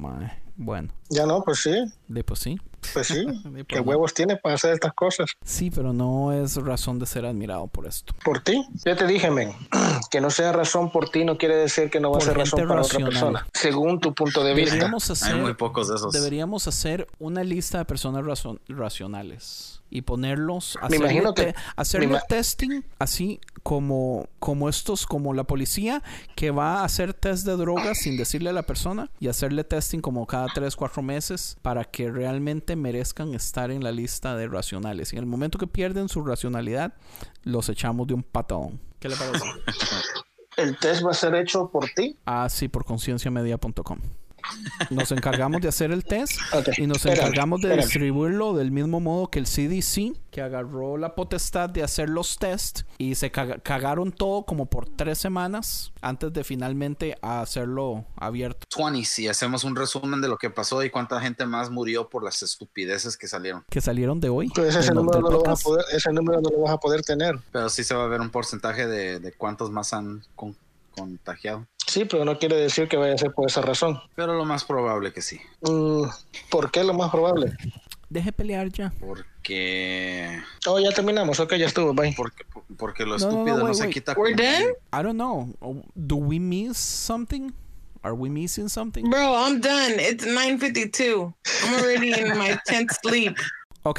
Bueno. Ya no, pues sí. Pues sí. Pues sí. ¿Qué huevos tiene para hacer estas cosas? Sí, pero no es razón de ser admirado por esto. ¿Por ti? Ya te dije, men, que no sea razón por ti no quiere decir que no va a ser razón para otra persona. Según tu punto de vista. Hay muy pocos de esos. Deberíamos hacer una lista de personas racionales y ponerlos, hacerle testing, así como la policía que va a hacer test de drogas sin decirle a la persona, y hacerle testing como cada 3-4 meses para que realmente merezcan estar en la lista de racionales. Y en el momento que pierden su racionalidad, los echamos de un patadón. ¿Qué le parece? ¿El test va a ser hecho por ti? Ah, sí, por concienciamedia.com. Nos encargamos de hacer el test y nos encargamos de distribuirlo del mismo modo que el CDC, que agarró la potestad de hacer los tests y se cagaron todo como por 3 semanas antes de finalmente hacerlo abierto. 20, si hacemos un resumen de lo que pasó y cuánta gente más murió por las estupideces que salieron. ¿Que salieron de hoy? Pues ese número no lo vas a poder tener. Pero sí se va a ver un porcentaje de cuántos más han contagiado. Sí, pero no quiere decir que vaya a ser por esa razón. Pero lo más probable que sí. ¿Por qué lo más probable? Deje pelear ya. Porque... Oh, ya terminamos. Ok, ya estuvo. Bye. Porque lo estúpido no se quita. We're done? I don't know. Do we miss something? Are we missing something? Bro, I'm done. It's 9:52. I'm already in my 10th sleep. Ok,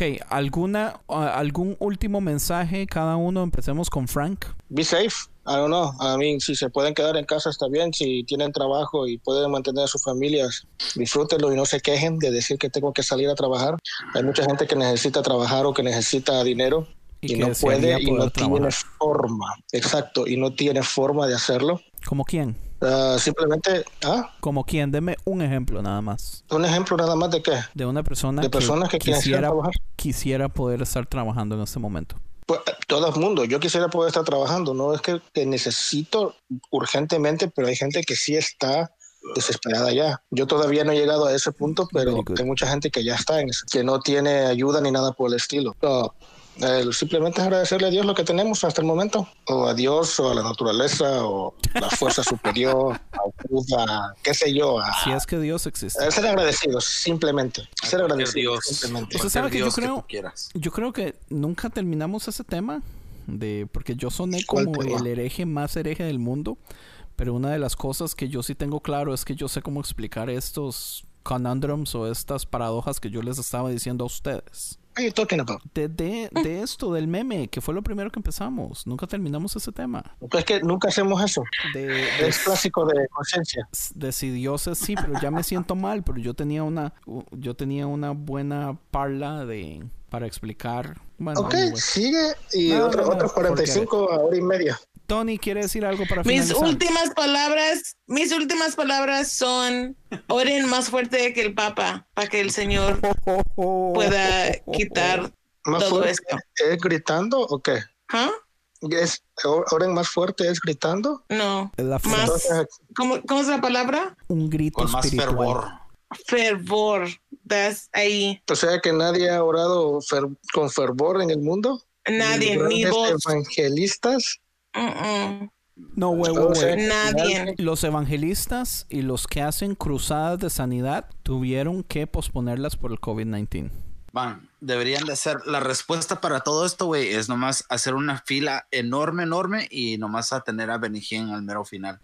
¿algún último mensaje cada uno? Empecemos con Frank. Be safe. I don't know. I mean, si se pueden quedar en casa está bien. Si tienen trabajo y pueden mantener a sus familias, disfrútenlo y no se quejen de decir que tengo que salir a trabajar. Hay mucha gente que necesita trabajar o que necesita dinero y no puede y no tiene forma. Exacto, y no tiene forma de hacerlo. ¿Como quién? Simplemente, ¿Como quién? Deme un ejemplo nada más. ¿Un ejemplo nada más de qué? De una persona de personas que quisiera poder estar trabajando en este momento. Pues todo el mundo. Yo quisiera poder estar trabajando. No es que necesito urgentemente, pero hay gente que sí está desesperada ya. Yo todavía no he llegado a ese punto, pero hay mucha gente que ya está en eso, que no tiene ayuda ni nada por el estilo. Simplemente es agradecerle a Dios lo que tenemos hasta el momento, o a Dios, o a la naturaleza, o a la fuerza superior, a qué sé yo. Si es que Dios existe. Ser agradecidos, simplemente. Ser agradecidos, simplemente. Usted sabe que yo creo que nunca terminamos ese tema, porque yo soné como el hereje más hereje del mundo, pero una de las cosas que yo sí tengo claro es que yo sé cómo explicar estos conundrums o estas paradojas que yo les estaba diciendo a ustedes. What are you talking about? De esto, del meme, que fue lo primero que empezamos. Nunca terminamos ese tema. Es que nunca hacemos eso. Es clásico de conciencia. De si Dios es sí, pero ya me siento mal. Pero yo tenía una buena parla para explicar. Bueno, ok, sigue y otros 45 a hora y media. Tony, ¿quiere decir algo para finalizar? Mis últimas palabras son: oren más fuerte que el Papa para que el Señor pueda quitar ¿Más todo fuerte esto. ¿Es gritando o qué? ¿Oren más fuerte es gritando? No. Más, ¿Cómo es la palabra? Un grito con más espiritual. Fervor. Das ahí. O sea que nadie ha orado con fervor en el mundo. Nadie, ni vos. Evangelistas. No, güey. Nadie. Los evangelistas y los que hacen cruzadas de sanidad tuvieron que posponerlas por el COVID-19. Deberían de hacer la respuesta para todo esto, güey, es nomás hacer una fila enorme y nomás a tener a Benny Hinn al mero final.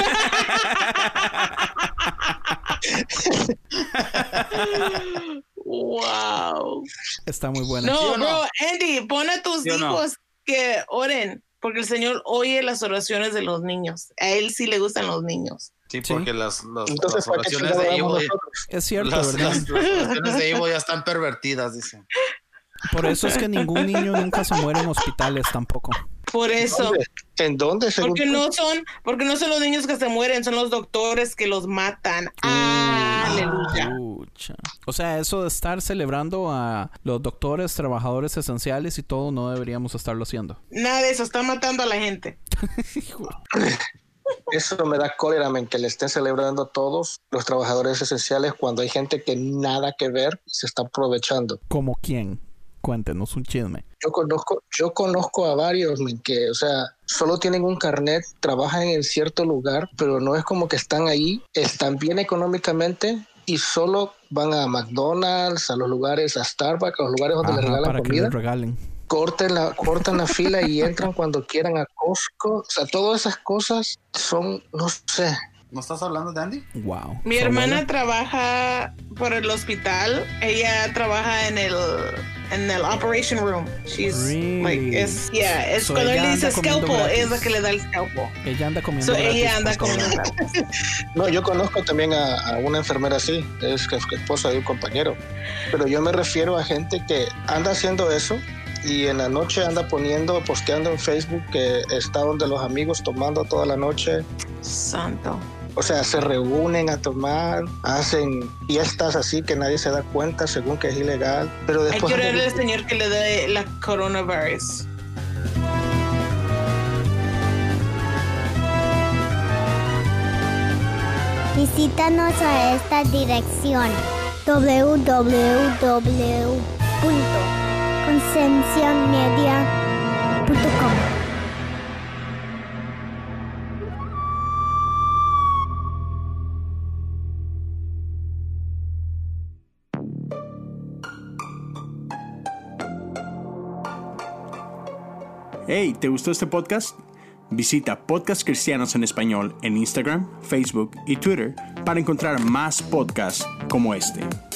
Wow. Está muy buena. No, bro, Andy, pon a tus hijos que oren, porque el Señor oye las oraciones de los niños. A él sí le gustan los niños. Sí, porque las Entonces, oraciones de Ivo es cierto, ¿verdad? Las oraciones de Ivo ya están pervertidas, dicen. Por eso es que ningún niño nunca se muere en hospitales tampoco. Por eso. ¿En dónde? Porque no son los niños que se mueren, son los doctores que los matan. Aleluya. O sea, eso de estar celebrando a los doctores, trabajadores esenciales y todo, no deberíamos estarlo haciendo. Nada de eso, está matando a la gente. Eso me da cólera, que le estén celebrando a todos los trabajadores esenciales cuando hay gente que nada que ver se está aprovechando. ¿Como quién? Cuéntenos un chisme. Yo conozco a varios que, o sea, solo tienen un carnet, trabajan en cierto lugar, pero no es como que están ahí, están bien económicamente, y solo van a McDonald's, a los lugares, a Starbucks, a los lugares donde les regalan para comida. que les regalen. Cortan la fila y entran cuando quieran a Costco. O sea, todas esas cosas son, no sé. ¿No estás hablando de Andy? Wow. Mi hermana trabaja por el hospital. Ella trabaja en el operation room. She's really? like, es So cuando ella él dice anda comiendo scalpel, gratis. es la que le da el scalpel. Ella anda comiendo So gratis ella anda por todo comiendo lado. gratis. No, yo conozco también a una enfermera así, es esposa de un compañero. Pero yo me refiero a gente que anda haciendo eso y en la noche anda posteando en Facebook que está donde los amigos tomando toda la noche. Santo. O sea, se reúnen a tomar, hacen fiestas así que nadie se da cuenta según que es ilegal. Pero Hay después que orarle al Señor que le dé la coronavirus. Visítanos a esta dirección www.concienciamedia.com. Hey, ¿te gustó este podcast? Visita Podcast Cristianos en Español en Instagram, Facebook y Twitter para encontrar más podcasts como este.